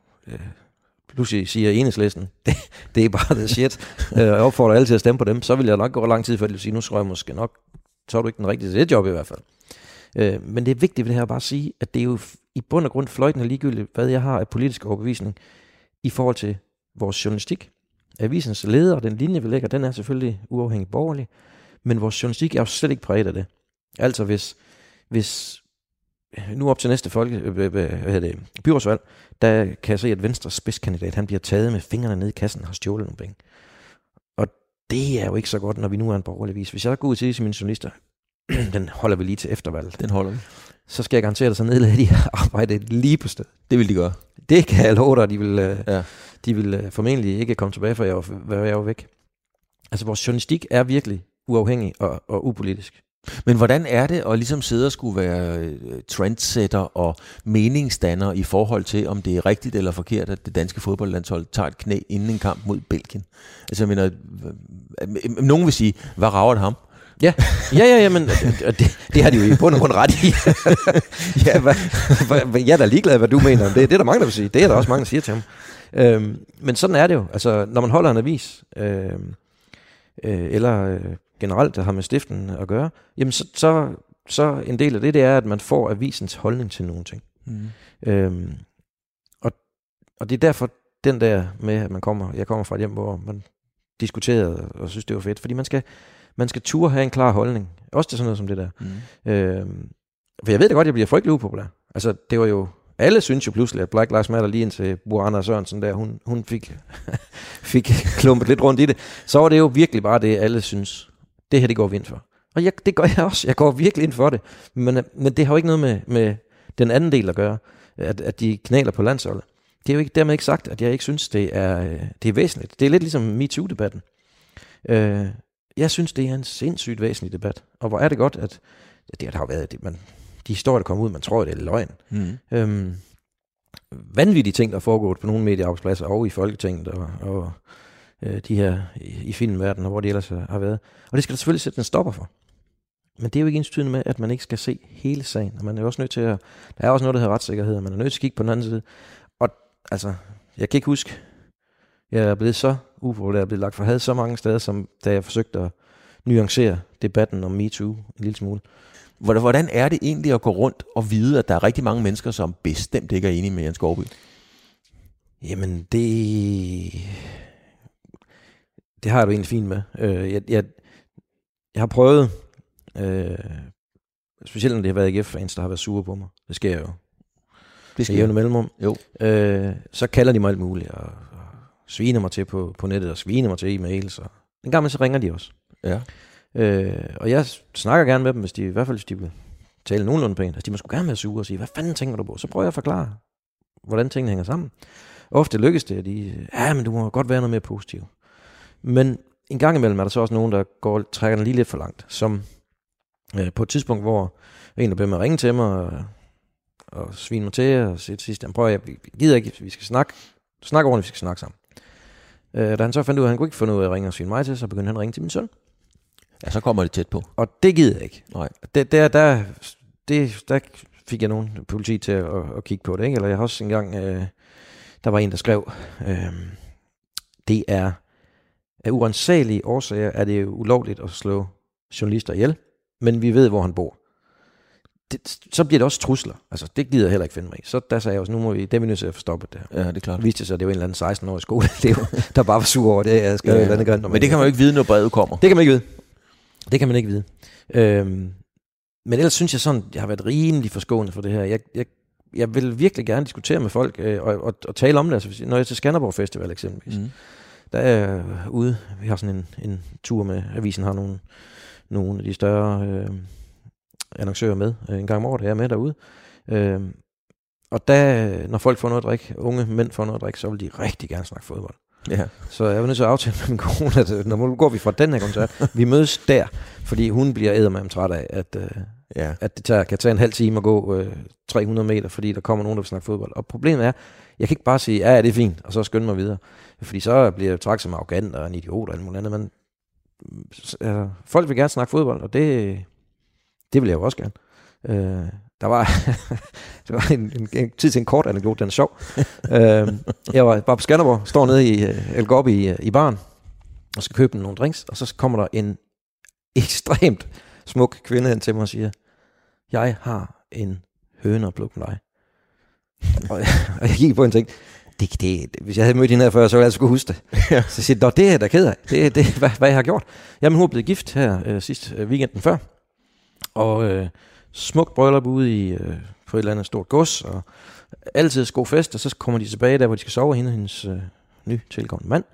siger Enhedslisten, det er bare det shit. Jeg opfordrer alle til at stemme på dem, så vil jeg nok gå lang tid før, at sige, nu tror jeg måske nok, så er du ikke den rigtige til det job i hvert fald. Men det er vigtigt ved det her bare at sige, at det er jo i bund og grund fløjtende ligegyldigt, hvad jeg har af politisk overbevisning i forhold til vores journalistik. Avisens leder og den linje, vi lægger, den er selvfølgelig uafhængig borgerlig, men vores journalistik er jo slet ikke præget af det. Altså hvis nu op til næste byrådsvalg, der kan jeg se, at Venstres spidskandidat, han bliver taget med fingrene ned i kassen og har stjålet nogle penge. Og det er jo ikke så godt, når vi nu er en borgerlig avis. Hvis jeg går ud til mine journalister, den holder vi lige til eftervalget. Den holder vi. Så skal jeg garantere dig, så nedlader de arbejde lige på stedet. Det vil de gøre. Det kan jeg love dig, de vil formentlig ikke komme tilbage, for jeg var væk. Altså vores journalistik er virkelig uafhængig og upolitisk. Men hvordan er det at ligesom sidde og skulle være trendsetter og meningsdanner i forhold til, om det er rigtigt eller forkert, at det danske fodboldlandshold tager et knæ inden en kamp mod Belgien? Altså jeg mener, nogen vil sige, hvad rager det ham? Ja, men det har de jo i bund og grund ret i. Jeg er da ligeglad, hvad du mener om det. Det er der mange, der vil sige. Det er der også mange, der siger til ham. Men sådan er det jo. Altså, når man holder en avis, eller generelt, der har med stiften at gøre, jamen så en del af det er, at man får avisens holdning til nogle ting. Og det er derfor den der med, at jeg kommer fra et hjem, hvor man diskuterede og synes, det var fedt. Fordi man skal turde have en klar holdning. Også til sådan noget som det der. For jeg ved da godt, at jeg bliver frygtelig upopulær. Altså, det var jo... Alle synes jo pludselig, at Black Lives Matter lige indtil Buana Sørensen der, hun fik klumpet lidt rundt i det. Så var det jo virkelig bare det, alle synes. Det her, det går vi ind for. Og det gør jeg også. Jeg går virkelig ind for det. Men det har jo ikke noget med den anden del at gøre. At de knæler på landsholdet. Det er jo ikke dermed ikke sagt, at jeg ikke synes, det er væsentligt. Det er lidt ligesom MeToo-debatten. Jeg synes, det er en sindssygt væsentlig debat. Og hvor er det godt, at det har været... De historier, der kommer ud, man tror, det er løgn. Vanvittige ting, der er foregået på nogle mediearbejdspladser og i Folketinget og de her i filmverdenen, og hvor de ellers har været. Og det skal der selvfølgelig sætte en stopper for. Men det er jo ikke ensbetydende med, at man ikke skal se hele sagen. Og man er også nødt til der er også noget, der hedder retssikkerhed, og man er nødt til at kigge på den anden side. Og altså, jeg kan ikke huske, jeg er blevet så upopulær, jeg er blevet lagt for had så mange steder, som da jeg forsøgte at nuancere debatten om MeToo en lille smule. Hvordan er det egentlig at gå rundt og vide, at der er rigtig mange mennesker, som bestemt ikke er enige med Jan Skovby? Jamen, det har jeg jo egentlig fint med. Jeg har prøvet, specielt når det har været AGF-fans, der har været sure på mig. Det sker jo. Det sker jævne mellemrum. Jo. Så kalder de mig alt muligt, og sviner mig til på nettet, og sviner mig til e-mails. Og en gang med, så ringer de også. Ja. Og jeg snakker gerne med dem, i hvert fald hvis de vil tale nogenlunde pænt. Altså de må sgu gerne være sure og sige, hvad fanden tænker du på? Så prøver jeg at forklare, hvordan tingene hænger sammen. Ofte lykkes det, at men du må godt være noget mere positiv. Men en gang imellem er der så også nogen, der trækker den lige lidt for langt. Som på et tidspunkt, hvor en der blev med at ringe til mig og svine mig til, og sige til sidst, vi gider ikke, vi skal snakke ordentligt, vi skal snakke sammen. Da han så fandt ud af, at han kunne ikke finde ud af at ringe og svine mig til, så begyndte han at ringe til min søn. Ja, så kommer det tæt på. Og det gider jeg ikke. Nej. Der fik jeg nogen politi til at kigge på det, ikke? Eller jeg har også engang, der var en, der skrev, det er af uansagelige årsager, er det ulovligt at slå journalister ihjel, men vi ved, hvor han bor. Så bliver det også trusler. Altså, det gider jeg heller ikke finde mig i. Så der sagde jeg også, nu må vi nødt til at få stoppet det her. Ja, det er klart. Det viste sig, at det var en eller anden 16-årig skoleelev, der bare var sur over det. Jeg skrev et eller andet grønt. Men det kan man jo ikke vide, når brevet kommer. Det kan man ikke vide. Men ellers synes jeg sådan, jeg har været rimelig forskånet for det her. Jeg vil virkelig gerne diskutere med folk og tale om det. Altså, når jeg er til Skanderborg Festival eksempelvis, der er jeg ude. Vi har sådan en tur med avisen, har nogle af de større annoncører med en gang om året, jeg er med derude. Og da, når folk får noget at drikke, unge mænd får noget at drikke, så vil de rigtig gerne snakke fodbold. Ja. Så jeg var nødt til at aftale med min kone, at når går vi fra den her koncert, vi mødes der, fordi hun bliver eddermame træt af, at det kan tage en halv time at gå 300 meter, fordi der kommer nogen, der vil snakke fodbold. Og problemet er, jeg kan ikke bare sige, ja, det er fint, og så skynde mig videre. Fordi så bliver jeg trækket som arrogant og en idiot og alt muligt andet. Men folk vil gerne snakke fodbold, og det vil jeg jo også gerne. Der var, det var en tid til en kort anekdote, den er sjov. Jeg var bare på Skanderborg, står nede i El Gobi i baren, og skal købe nogle drinks, og så kommer der en ekstremt smuk kvinde hen til mig og siger, jeg har en høne at plukke med dig. Og jeg gik på en ting, hvis jeg havde mødt hende her før, så ville jeg altså kunne huske det. Ja. Så siger jeg, det er jeg da ked af. Det er, hvad jeg har gjort. Jamen, hun er blevet gift her sidste weekenden før, og smukt bryllup ude på et eller andet stort gods, og altid god fest, og så kommer de tilbage der, hvor de skal sove, hende og hendes nytilkomne mand.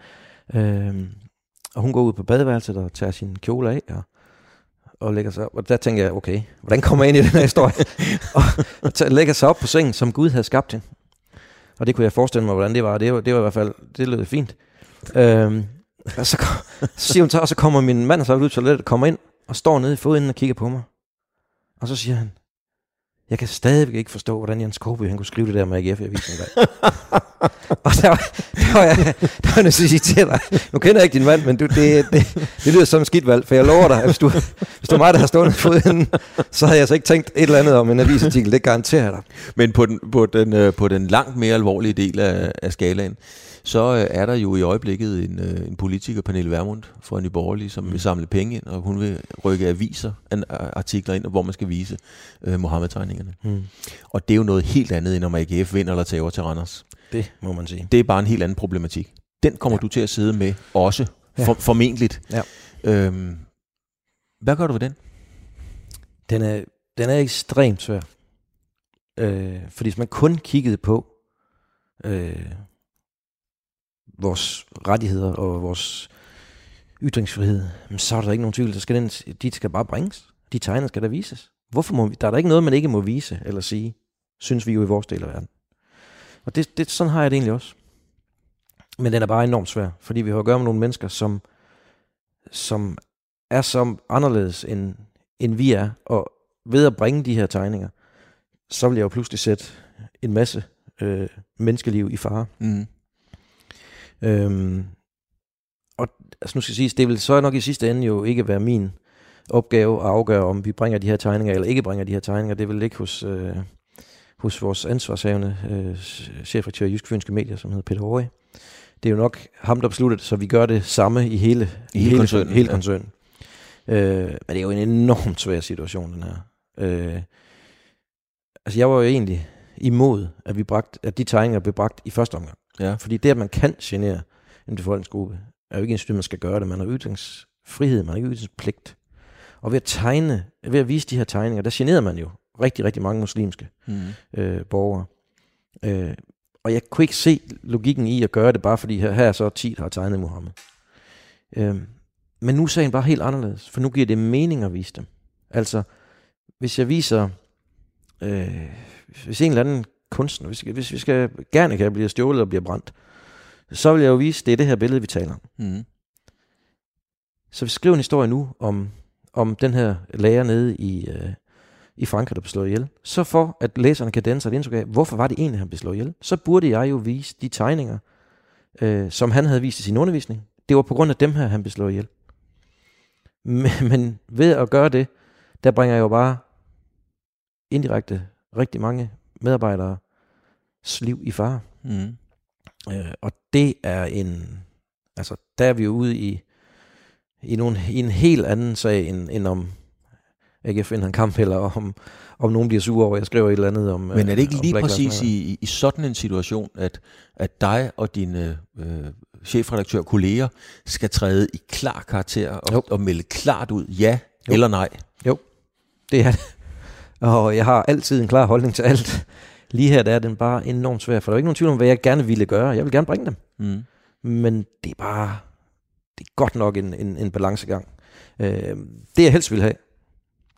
Og hun går ud på badeværelset og tager sin kjole af, og lægger sig op. Og der tænker jeg, okay, hvordan kommer jeg ind i den her historie? Og lægger sig op på sengen, som Gud havde skabt hende. Og det kunne jeg forestille mig, hvordan det var. Det var i hvert fald, det lød fint. Og så siger hun så, og så kommer min mand så ud til toilettet, kommer ind, og står nede i fodenden og kigger på mig. Og så siger han, jeg kan stadigvæk ikke forstå, hvordan Jan Skovby, han kunne skrive det der med AGF i avisen i dag. Og der var jeg nødt til at sige til dig, nu kender jeg ikke din mand, men det lyder som en skidt valg, for jeg lover dig, at hvis du var mig, der har stået i fodenden, så havde jeg så ikke tænkt et eller andet om en avisartikel, det garanterer jeg dig. Men på den langt mere alvorlige del af skalaen, så er der jo i øjeblikket en politiker, Pernille Vermund fra Nye Borgerlige, som vil samle penge ind, og hun vil rykke artikler ind, hvor man skal vise Mohammed-tegningerne. Og det er jo noget helt andet, end om AGF vinder eller tager til Randers. Det må man sige. Det er bare en helt anden problematik. Den kommer du til at sidde med også, formentligt. Ja. Hvad gør du ved den? Den er ekstremt svær. Fordi hvis man kun kiggede på vores rettigheder og vores ytringsfrihed, så er der ikke nogen tvivl. De skal bare bringes. De tegner skal der vises. Hvorfor må vi? Der er der ikke noget, man ikke må vise eller sige, synes vi jo i vores del af verden. Og sådan har jeg det egentlig også. Men den er bare enormt svær, fordi vi har at gøre med nogle mennesker, som er så anderledes, end vi er. Og ved at bringe de her tegninger, så vil jeg jo pludselig sætte en masse menneskeliv i fare. Og altså nu skal siges, det vil så nok i sidste ende jo ikke være min opgave at afgøre, om vi bringer de her tegninger eller ikke bringer de her tegninger. Det vil ligge hos vores ansvarshavende chefredaktør i Jysk Fynske Medier, som hedder Peter Hårge. Det er jo nok ham, der beslutter det, så vi gør det samme i hele koncernen. Men det er jo en enormt svær situation, den her. Altså jeg var jo egentlig imod, at de tegninger blev bragt i første omgang. Ja. Fordi det, at man kan genere en befolkningsgruppe, er jo ikke en man skal gøre det. Man har ytringsfrihed, man har ikke ytringspligt. Og ved at vise de her tegninger, der generede man jo rigtig, rigtig mange muslimske borgere. Og jeg kunne ikke se logikken i at gøre det, bare fordi her er så 10, der har tegnet Muhammed. Men nu er sagen bare helt anderledes, for nu giver det mening at vise dem. Altså, hvis jeg viser, hvis en eller anden kunstner, hvis vi skal gerne kan blive stjålet og blive brændt, så vil jeg jo vise, det er det her billede, vi taler om. Så vi skriver en historie nu om den her lærer nede i Frankrig, der blev slået ihjel. Så for at læserne kan danne sig et indtryk af, hvorfor var det egentlig, han blev slået ihjel, så burde jeg jo vise de tegninger, som han havde vist i sin undervisning. Det var på grund af dem her, han blev slået ihjel. Men ved at gøre det, der bringer jeg jo bare indirekte rigtig mange medarbejderes liv i fare. Og det er der er vi jo ude i en helt anden sag, end om AGF vinder en kamp, eller om nogen bliver sure over, jeg skriver et eller andet om. Men er det ikke lige præcis i sådan en situation, at dig og dine chefredaktør kolleger skal træde i klar karakter og melde klart ud, ja eller nej? Jo, det er det. Og jeg har altid en klar holdning til alt. Lige her der er den bare enormt svær, for der er ikke nogen tvivl om, hvad jeg gerne ville gøre. Jeg vil gerne bringe dem. Men det er godt nok en balancegang. Det jeg helst vil have,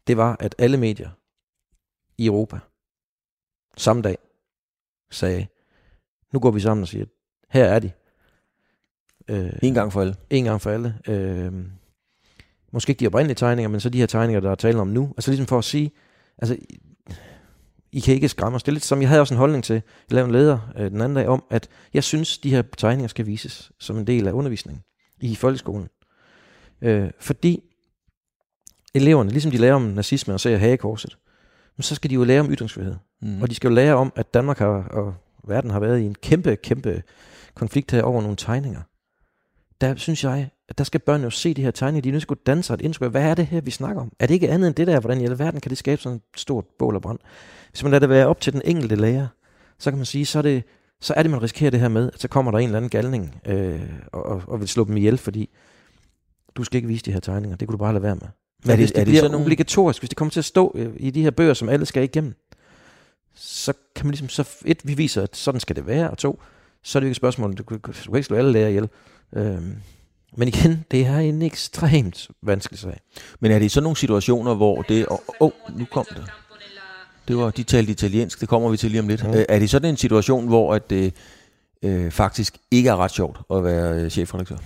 det var, at alle medier i Europa samme dag sagde, nu går vi sammen og siger, her er de. En gang for alle. En gang for alle. Måske ikke de oprindelige tegninger, men så de her tegninger, der er tale om nu. Altså ligesom for at sige, altså, I kan ikke skræmme os. Det er lidt som, jeg havde også en holdning til, jeg lavede en leder den anden dag om, at jeg synes, de her tegninger skal vises som en del af undervisningen i folkeskolen. Fordi eleverne, ligesom de lærer om nazisme og ser hagekorset, så skal de jo lære om ytringsfrihed. Og de skal jo lære om, at Danmark og verden har været i en kæmpe konflikt her over nogle tegninger. Der synes jeg, at der skal børn jo se de her tegninger. De er nødt til at danne sig et indtryk. Hvad er det her, vi snakker om? Er det ikke andet end det der? Hvordan i alverden kan det skabe sådan et stort bål og brand? Hvis man lader det være op til den enkelte lærer, så kan man sige, så er det, man risikerer det her med, at så kommer der en eller anden galning og vil slå dem ihjel, fordi du skal ikke vise de her tegninger. Det kunne du bare lade være med. Men hvis det bliver obligatorisk, hvis det kommer til at stå i de her bøger, som alle skal igennem, så kan man ligesom, vi viser, at sådan skal det være, og 2, så er det jo ikke et spørgsmål, du kan ikke slå alle lærere ihjel. Men igen, det er en ekstremt vanskelig sag. Men er det i sådan nogle situationer, hvor det... nu kom det. De talte italiensk, det kommer vi til lige om lidt. Er det i sådan en situation, hvor at det faktisk ikke er ret sjovt at være chefredaktør?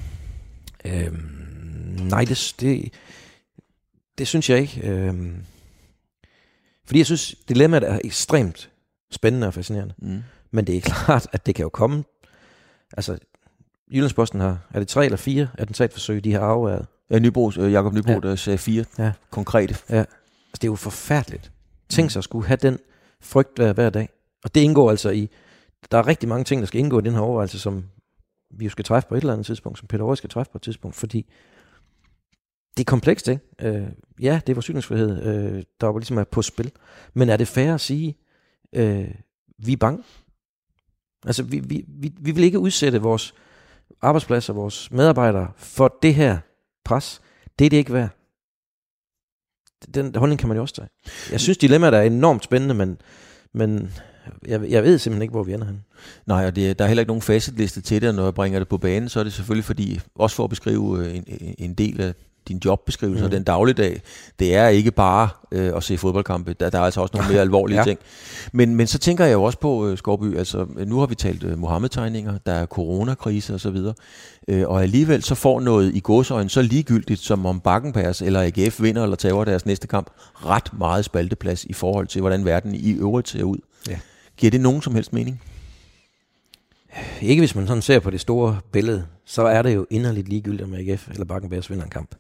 Nej, det synes jeg ikke. Fordi jeg synes, dilemmaet er ekstremt spændende og fascinerende. Men det er klart, at det kan jo komme. Altså, Jyllandsposten er det 3 eller 4 attentatforsøg, de har afværet? Ja, Jakob Nybro, der sagde 4 konkrete. Ja. Altså, det er jo forfærdeligt. Tænk sig at skulle have den frygt hver dag. Og det indgår altså i... Der er rigtig mange ting, der skal indgå i den her overvejelse, som vi jo skal træffe på et eller andet tidspunkt, som Peter Røg skal træffe på et tidspunkt, fordi det er komplekst, ikke? Ja, det er vores ytringsfrihed, der var ligesom på spil. Men er det fair at sige, vi er bange? Altså, vi vil ikke udsætte vores arbejdspladser, vores medarbejdere for det her pres. Det er det ikke værd. Den holdning kan man jo også tage. Jeg synes, dilemmaet er enormt spændende, men jeg ved simpelthen ikke, hvor vi ender henne. Nej, og der er heller ikke nogen facitliste til det, og når jeg bringer det på banen, så er det selvfølgelig fordi, også for at beskrive en del af din jobbeskrivelse og den dagligdag, det er ikke bare at se fodboldkampe. Der er altså også nogle mere alvorlige ting. Men så tænker jeg jo også på, Skovby, altså nu har vi talt Mohammed-tegninger, der er coronakrise og så videre, og alligevel så får noget i gåseøjne så ligegyldigt, som om Bakkenbergs eller AGF vinder eller tager deres næste kamp, ret meget spalteplads i forhold til, hvordan verden i øvrigt ser ud. Ja. Giver det nogen som helst mening? Ikke hvis man sådan ser på det store billede, så er det jo inderligt ligegyldigt, om AGF eller Bakkenbergs vinder en kamp.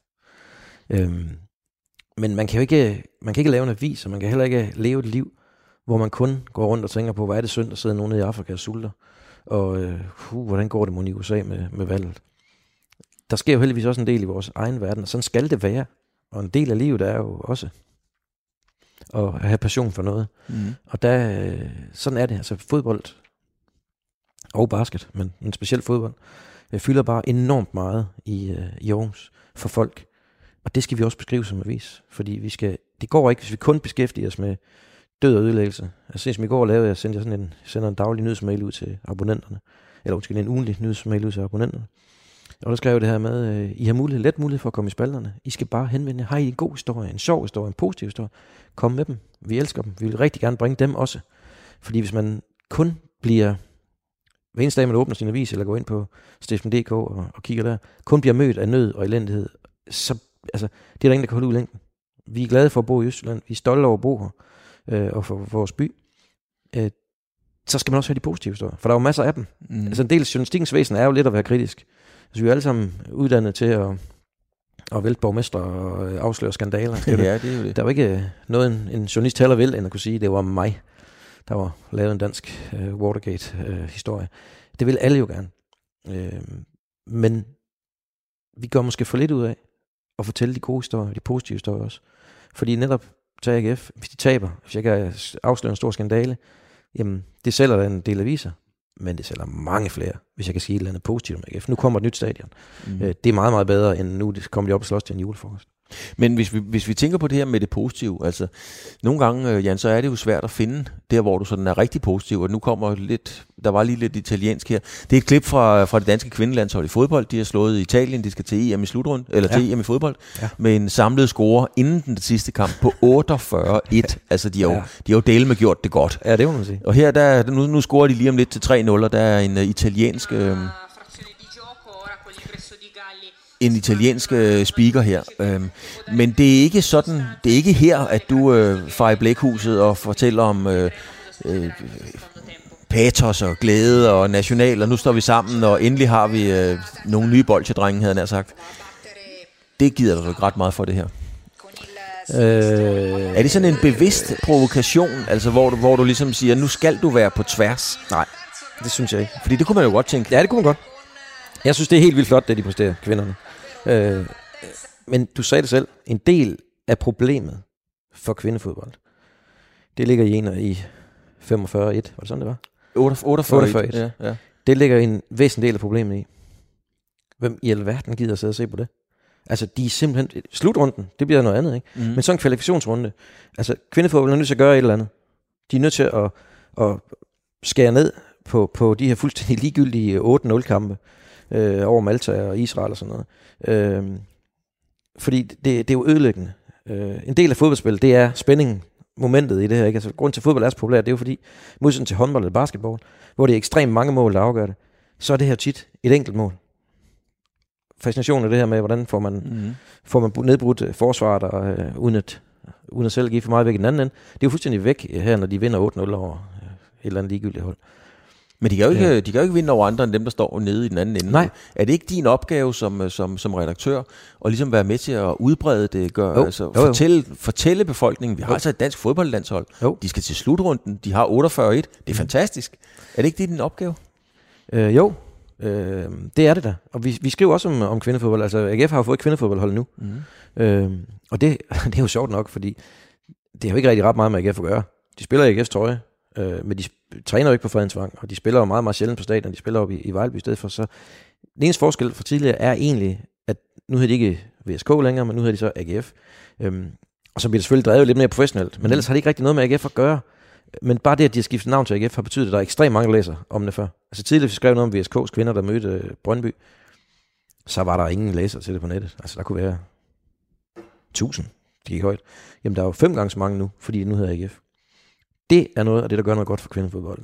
Men man kan ikke lave en avis, og man kan heller ikke leve et liv, hvor man kun går rundt og tænker på, hvad er det synd, der sidder nogen nede i Afrika og sulter, og hvordan går det mod i USA med valget. Der sker jo heldigvis også en del i vores egen verden, og sådan skal det være. Og en del af livet er jo også at have passion for noget. Og sådan er det. Altså fodbold og basket, men specielt fodbold, fylder bare enormt meget i Aarhus for folk. Og det skal vi også beskrive som avis, fordi det går ikke, hvis vi kun beskæftiger os med død og ødelæggelse. Altså som i går lavede jeg sender en daglig nyhedsmail ud til abonnenterne, eller en ugentlig nyhedsmail ud til abonnenterne. Og der skrev jeg det her med, I har let mulighed for at komme i spalterne. I skal bare henvende, har I en god historie, en sjov historie, en positiv historie, kom med dem. Vi elsker dem. Vi vil rigtig gerne bringe dem også. Fordi hvis man kun bliver, hver eneste dag man åbner sin avis, eller går ind på stiften.dk og kigger der, kun bliver mødt af nød og elendighed, så altså, det er der ingen, der kan holde ud i længden. Vi er glade for at bo i Østjylland. Vi er stolte over at bo her og for vores by. Så skal man også have de positive historier, for der er jo masser af dem. Altså en del af journalistikkens væsen er jo lidt at være kritisk. Altså, vi er alle sammen uddannet til at vælte borgmestre og afsløre skandaler. Ja, det er jo det. Der var ikke noget, en journalist heller vil, end at kunne sige, det var mig, der var lavet en dansk Watergate-historie. Det vil alle jo gerne. Men vi gør måske for lidt ud af at fortælle de gode historier, de positive historier også. Fordi netop til AGF, hvis de taber, hvis jeg kan afsløre en stor skandale, jamen det sælger der en del aviser, men det sælger mange flere, hvis jeg kan sige et eller andet positivt om AGF. Nu kommer et nyt stadion. Det er meget, meget bedre, end nu kommer de op og slås til en julefrokost. Men hvis vi tænker på det her med det positive, altså nogle gange, Jan, så er det jo svært at finde der, hvor du sådan er rigtig positiv, og nu kommer der var lige lidt italiensk her. Det er et klip fra det danske kvindelandshold i fodbold. De har slået Italien, de skal til EM i slutrunde, eller til EM i fodbold, med en samlet score inden den sidste kamp på 48-1. Altså de har jo dele med gjort det godt. Ja, det må man sige. Og her, nu scorer de lige om lidt til 3-0, og der er en italiensk... En italiensk speaker her. Men det er ikke sådan, det er ikke her, at du farer i blækhuset og fortæller om patos og glæde og national, og nu står vi sammen, og endelig har vi nogle nye bolsjedrenge, havde jeg nær sagt. Det gider du ikke ret meget for det her. Er det sådan en bevidst provokation, altså hvor du ligesom siger, nu skal du være på tværs? Nej, det synes jeg ikke. Fordi det kunne man jo godt tænke. Ja, det kunne man godt. Jeg synes, det er helt vildt flot, det de præsterer, kvinderne. Men du sagde det selv, en del af problemet for kvindefodbold, det ligger i i 45-1, var det sådan, det var? 48-1. Ja. Det ligger en væsentlig del af problemet i. Hvem i alverden gider at sidde og se på det? Altså, de er simpelthen... Slutrunden, det bliver noget andet, ikke? Men sådan en kvalifikationsrunde, altså, kvindefodbold er nødt til at gøre et eller andet. De er nødt til at skære ned på de her fuldstændig ligegyldige 8-0-kampe over Malta og Israel og sådan noget. Fordi det er jo ødelæggende. En del af fodboldspil, det er spændingen, momentet i det her. Ikke? Altså, grunden til fodbold er så populært, det er jo fordi, modsat til håndbold eller basketball, hvor det er ekstremt mange mål, der afgør det, så er det her tit et enkelt mål. Fascinationen af det her med, hvordan får man nedbrudt forsvaret, og, uden at selv give for meget væk i den anden ende. Det er jo fuldstændig væk her, når de vinder 8-0 over et eller andet ligegyldigt hold. Men de kan jo ikke vinde over andre end dem, der står nede i den anden ende. Nej. Er det ikke din opgave som redaktør at ligesom være med til at udbrede det, fortælle befolkningen, vi har altså et dansk fodboldlandshold. De skal til slutrunden, de har 48-1. Det er fantastisk. Er det ikke din opgave? Jo. Det er det da. Og vi skriver også om kvindefodbold. Altså AGF har jo fået et kvindefodboldhold nu. Og det er jo sjovt nok, fordi det har jo ikke rigtig ret meget med AGF at gøre. De spiller i AGF's trøje, men de træner jo ikke på Fredensvang, og de spiller jo meget, meget sjældent på stadion. De spiller op i Vejlby i stedet for. Så den eneste forskel fra tidligere er egentlig, at nu hedder de ikke VSK længere, men nu hedder de så AGF. Og så bliver det selvfølgelig drevet lidt mere professionelt. Men ellers har det ikke rigtig noget med AGF at gøre. Men bare det, at de har skiftet navn til AGF, har betydet, at der er ekstremt mange, der læser om det før. Altså tidligere, vi skrev noget om VSK's kvinder, der mødte Brøndby, så var der ingen læser til det på nettet. Altså der kunne være 1000, de gik højt. Jamen der er jo 5 gange så mange nu, fordi det nu hedder AGF. Det er noget af det, der gør noget godt for kvindefodbolden.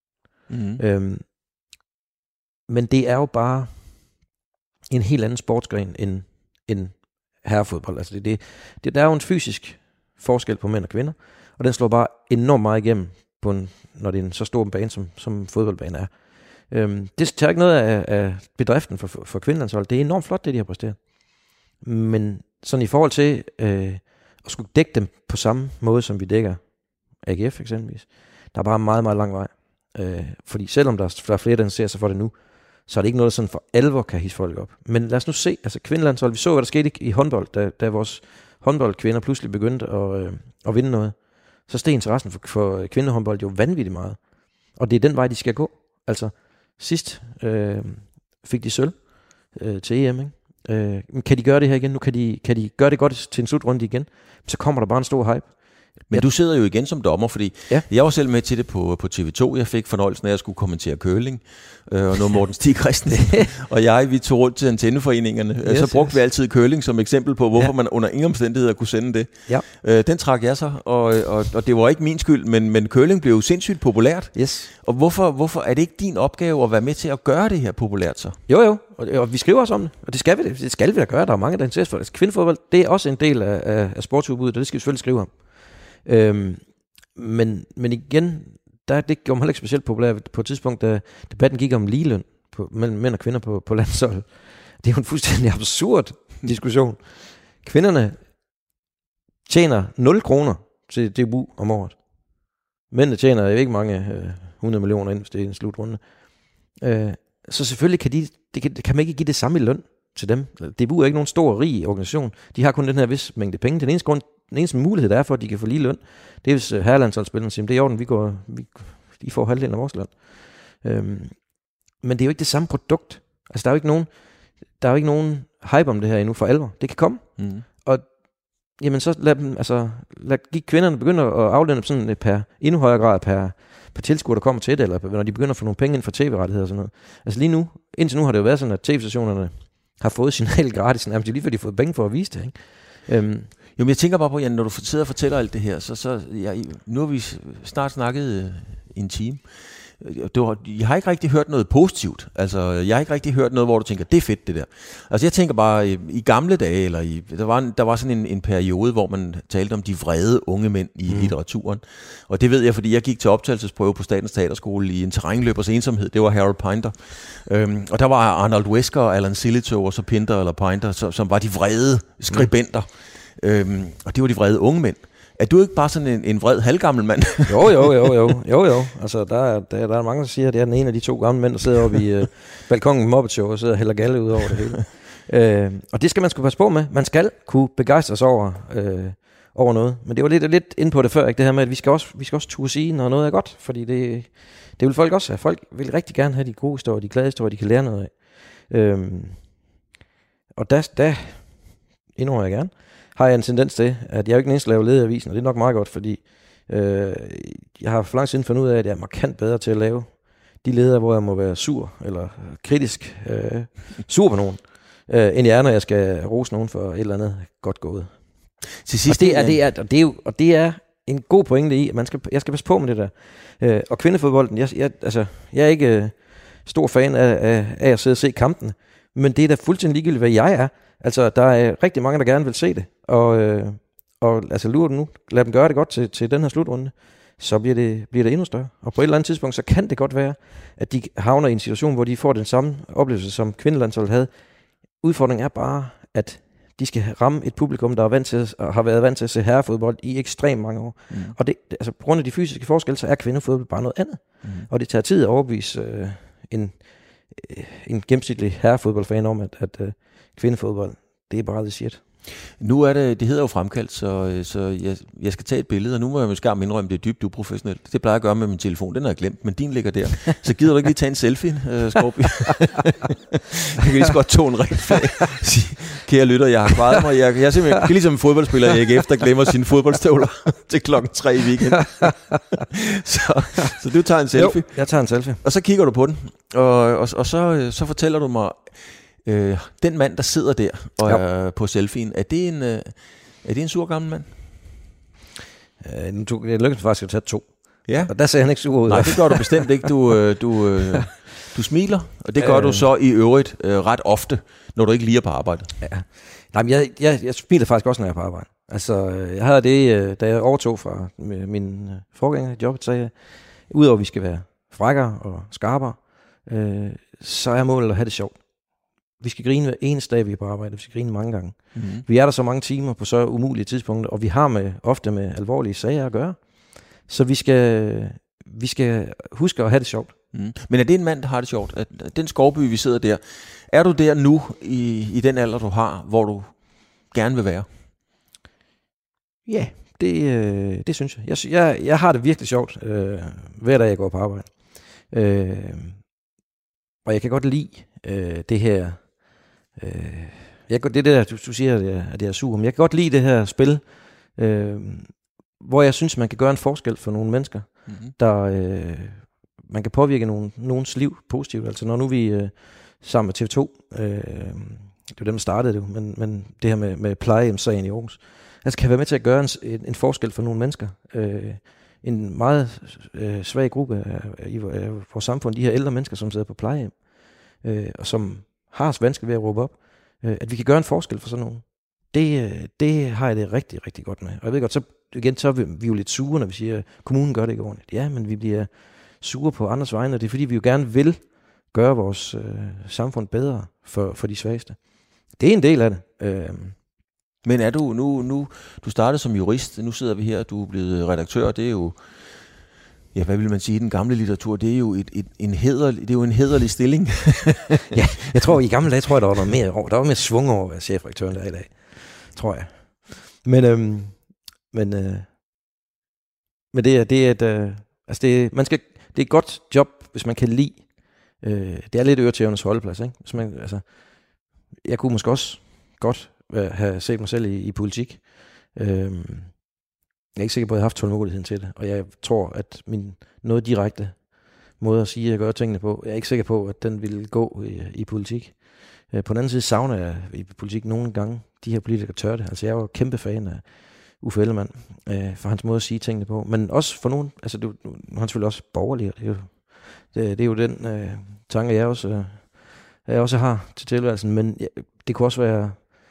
Men det er jo bare en helt anden sportsgren end herrefodbold. Altså der er jo en fysisk forskel på mænd og kvinder, og den slår bare enormt meget igennem, når det er en så stor bane, som fodboldbanen er. Det tager ikke noget af bedriften for kvindelandshold. Det er enormt flot, det de har præsteret. Men sådan i forhold til at skulle dække dem på samme måde, som vi dækker AGF eksempelvis, der er bare meget, meget lang vej. Fordi selvom der er flere, der ser sig for det nu, så er det ikke noget, der sådan for alvor kan hisse folk op. Men lad os nu se, altså kvindelandshold, vi så, hvad der skete i håndbold, da vores håndboldkvinder pludselig begyndte at vinde noget. Så steg interessen for kvindehåndbold jo vanvittigt meget. Og det er den vej, de skal gå. Altså sidst fik de sølv til EM, ikke? Kan de gøre det her igen? Nu kan de gøre det godt til en slutrunde igen. Så kommer der bare en stor hype. Men du sidder jo igen som dommer, fordi jeg var selv med til det på TV2. Jeg fik fornøjelsen af at skulle kommentere curling, og noget Morten Stig Christensen og vi tog rundt til antenneforeningerne. Så brugte vi altid curling som eksempel på, hvorfor man under ingen omstændigheder kunne sende det. Den trak jeg så, og det var ikke min skyld, men curling blev jo sindssygt populært. Og hvorfor er det ikke din opgave at være med til at gøre det her populært så? Jo, og vi skriver også om det, og det skal vi da gøre. Der er mange, der interesserer for det. Kvindefodbold, det er også en del af sportsudbuddet, og det skal vi selvfølgelig skrive om. Men igen, det gjorde mig ikke specielt populært på et tidspunkt, da debatten gik om ligeløn mellem mænd og kvinder på landsholdet. Det er jo en fuldstændig absurd diskussion. Kvinderne tjener 0 kroner til DBU om året. Mændene tjener jo ikke mange 100 millioner ind, hvis det er en slutrunde. Så selvfølgelig kan man ikke give det samme i løn til dem. DBU er ikke nogen stor, rig organisation. De har kun den her vis mængde penge. Den eneste mulighed, der er for, at de kan få lige løn, det er, hvis herrelandsholdsspillerne siger, det er i orden, de får halvdelen af vores løn. Men det er jo ikke det samme produkt. Altså, der er jo ikke nogen hype om det her endnu for alvor. Det kan komme. Og jamen så lad kvinderne begynde at aflønne sådan endnu højere grad per tilskuer, der kommer til det, eller når de begynder at få nogle penge ind for tv-rettigheder og sådan noget. Altså lige nu, indtil nu har det jo været sådan, at tv-stationerne har fået signalet gratis, nærmest lige før de har fået penge for at vise det, ikke? Jo, men jeg tænker bare på, Jan, når du sidder og fortæller alt det her, nu har vi snart snakket en time. Jeg har ikke rigtig hørt noget positivt. Altså, jeg har ikke rigtig hørt noget, hvor du tænker, det er fedt det der. Altså, jeg tænker bare, i gamle dage, eller der var sådan en periode, hvor man talte om de vrede unge mænd i litteraturen. Og det ved jeg, fordi jeg gik til optagelsesprøve på Statens Teaterskole i En terrænløbers ensomhed. Det var Harold Pinter. Og der var Arnold Wesker, Alan Sillitoe og så Pinter eller Pinter, som var de vrede skribenter. Og det var de vrede unge mænd. Er du ikke bare sådan en vred halvgammel mand? Jo. Altså, der er mange, der siger, at det er den ene af de 2 gamle mænd, der sidder oppe i balkongen med Muppet Show og sidder og hælder galle ud over det hele. Og det skal man sgu passe på med. Man skal kunne begejstres over noget. Men det var lidt inde på det før, ikke? Det her med, at vi skal også turde sige, når noget er godt. Fordi det vil folk også have. Folk vil rigtig gerne have de gode historier, de glade historier, de kan lære noget af. Og der indrømmer jeg gerne, har jeg en tendens til, at jeg jo ikke næsten laver leder i avisen, og det er nok meget godt, fordi jeg har for lang siden fundet ud af, at jeg er markant bedre til at lave de ledere, hvor jeg må være sur, eller kritisk sur på nogen, end jeg er, når jeg skal rose nogen for et eller andet godt gået. Til sidst, og det er en god pointe i, at jeg skal passe på med det der. Og kvindefodbolden, jeg er ikke stor fan af at sidde og se kampene, men det er da fuldstændig ligegyldigt, hvad jeg er. Altså, der er rigtig mange, der gerne vil se det, og altså, lurer du nu, lad dem gøre det godt til den her slutrunde, så bliver det endnu større. Og på et eller andet tidspunkt, så kan det godt være, at de havner i en situation, hvor de får den samme oplevelse, som kvindelandsholdet havde. Udfordringen er bare, at de skal ramme et publikum, der har været vant til at se herrefodbold i ekstremt mange år. Og det, altså, på grund af de fysiske forskelle, så er kvindefodbold bare noget andet. Og det tager tid at overbevise en gennemsnitlig herrefodboldfan om, at kvindefodbold, det er bare the shit. Nu er det hedder jo fremkaldt, så jeg skal tage et billede, og nu må jeg måske indrømme, det er dybt uprofessionelt. Det plejer jeg at gøre med min telefon, den har jeg glemt, men din ligger der. Så gider du ikke lige tage en selfie, Skorby? Jeg kan lige så godt tåne rent fag. Kære lytter, jeg har klaret mig. Jeg er simpelthen ligesom en fodboldspiller i AGF, der glemmer sine fodboldstøvler til 3:00 i weekenden. så du tager en selfie. Jo, jeg tager en selfie. Og så kigger du på den, og så fortæller du mig, den mand, der sidder der og er på selfien, er det en sur gammel mand? Jeg lykkedes faktisk at tage 2. Ja. Og der ser han ikke sur ud. Nej, det gør du bestemt ikke. Du smiler, og det gør du så i øvrigt ret ofte, når du ikke lige er på arbejde. Ja. Nej, men jeg smiler faktisk også, når jeg er på arbejde. Altså, jeg havde det, da jeg overtog fra min forgænger i jobbet, så sagde jeg, udover at vi skal være frækkere og skarpere, så er målet at have det sjovt. Vi skal grine hver eneste dag, vi er på arbejde. Vi skal grine mange gange. Mm-hmm. Vi er der så mange timer på så umulige tidspunkter, og vi har ofte med alvorlige sager at gøre. Så vi skal huske at have det sjovt. Mm. Men er det en mand, der har det sjovt? Den Skorby, vi sidder der, er du der nu i den alder, du har, hvor du gerne vil være? Ja, det synes jeg. Jeg har det virkelig sjovt, hver dag jeg går på arbejde. Og jeg kan godt lide det her. Det der, du siger, at jeg er sur, men jeg kan godt lide det her spil, hvor jeg synes, man kan gøre en forskel for nogle mennesker, der man kan påvirke nogens liv positivt. Altså når nu vi sammen med TV2, det var dem, der startede det, men det her med plejehjemssagen i Aarhus, altså kan være med til at gøre en forskel for nogle mennesker. En meget svag gruppe i vores samfund, de her ældre mennesker, som sidder på plejehjem, og som har vanskeligt ved at råbe op, at vi kan gøre en forskel for sådan nogen. Det har jeg det rigtig, rigtig godt med. Og jeg ved godt, så er vi jo lidt sure, når vi siger, at kommunen gør det ikke ordentligt. Ja, men vi bliver sure på andres vegne, og det er fordi, vi jo gerne vil gøre vores samfund bedre for de svageste. Det er en del af det. Men er du nu du startede som jurist, nu sidder vi her, du er blevet redaktør, det er jo, ja, hvad vil man sige, den gamle litteratur, det er jo en hæderlig stilling. Ja, jeg tror i gamle dage, der var noget mere over. Der var mere svung over at være chefredaktøren der i dag, tror jeg. Men det er et godt job, hvis man kan lide. Det er lidt øretævernes holdeplads, ikke? Hvis man, jeg kunne måske også godt have set mig selv i politik. Jeg er ikke sikker på, at jeg har haft tålmodigheden til det, og jeg tror, at min noget direkte måde at sige og gøre tingene på, jeg er ikke sikker på, at den ville gå i politik. På den anden side savner jeg i politik nogle gange, de her politikere tør det. Altså jeg er jo kæmpe fan af Uffe Ellemann, for hans måde at sige tingene på, men også for nogen, altså nu er han selvfølgelig også borgerlig, det er jo den tanke, jeg også har til tilværelsen, men det kunne også være,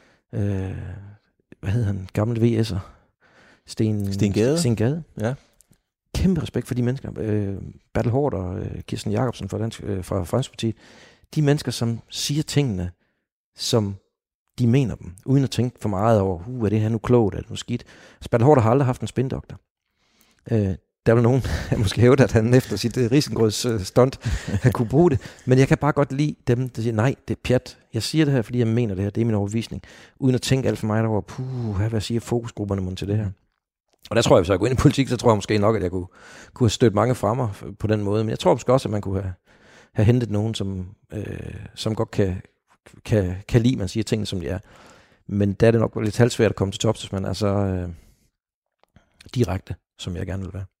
hvad hedder han, gamle VS'er, Sten Gade. Ja. Kæmpe respekt for de mennesker. Bertel Haardt og Kirsten Jacobsen fra Fremskridtspartiet. De mennesker, som siger tingene, som de mener dem, uden at tænke for meget over, er det her nu klogt, er det nu skidt. Altså, Bertel Haardt har aldrig haft en spindoktor. Der vil nogen måske hævde, at han efter sit risengrøds stunt han kunne bruge det. Men jeg kan bare godt lide dem, der siger, nej, det er pjat. Jeg siger det her, fordi jeg mener det her. Det er min overbevisning. Uden at tænke alt for meget over, hvad siger fokusgrupperne mon til det her. Og der tror jeg, hvis jeg går ind i politik, så tror jeg måske nok, at jeg kunne have stødt mange fremmer på den måde. Men jeg tror måske også, at man kunne have hentet nogen, som godt kan lide, man siger tingene, som de er. Men der er det nok lidt halvsvært at komme til tops, hvis man er så direkte, som jeg gerne vil være.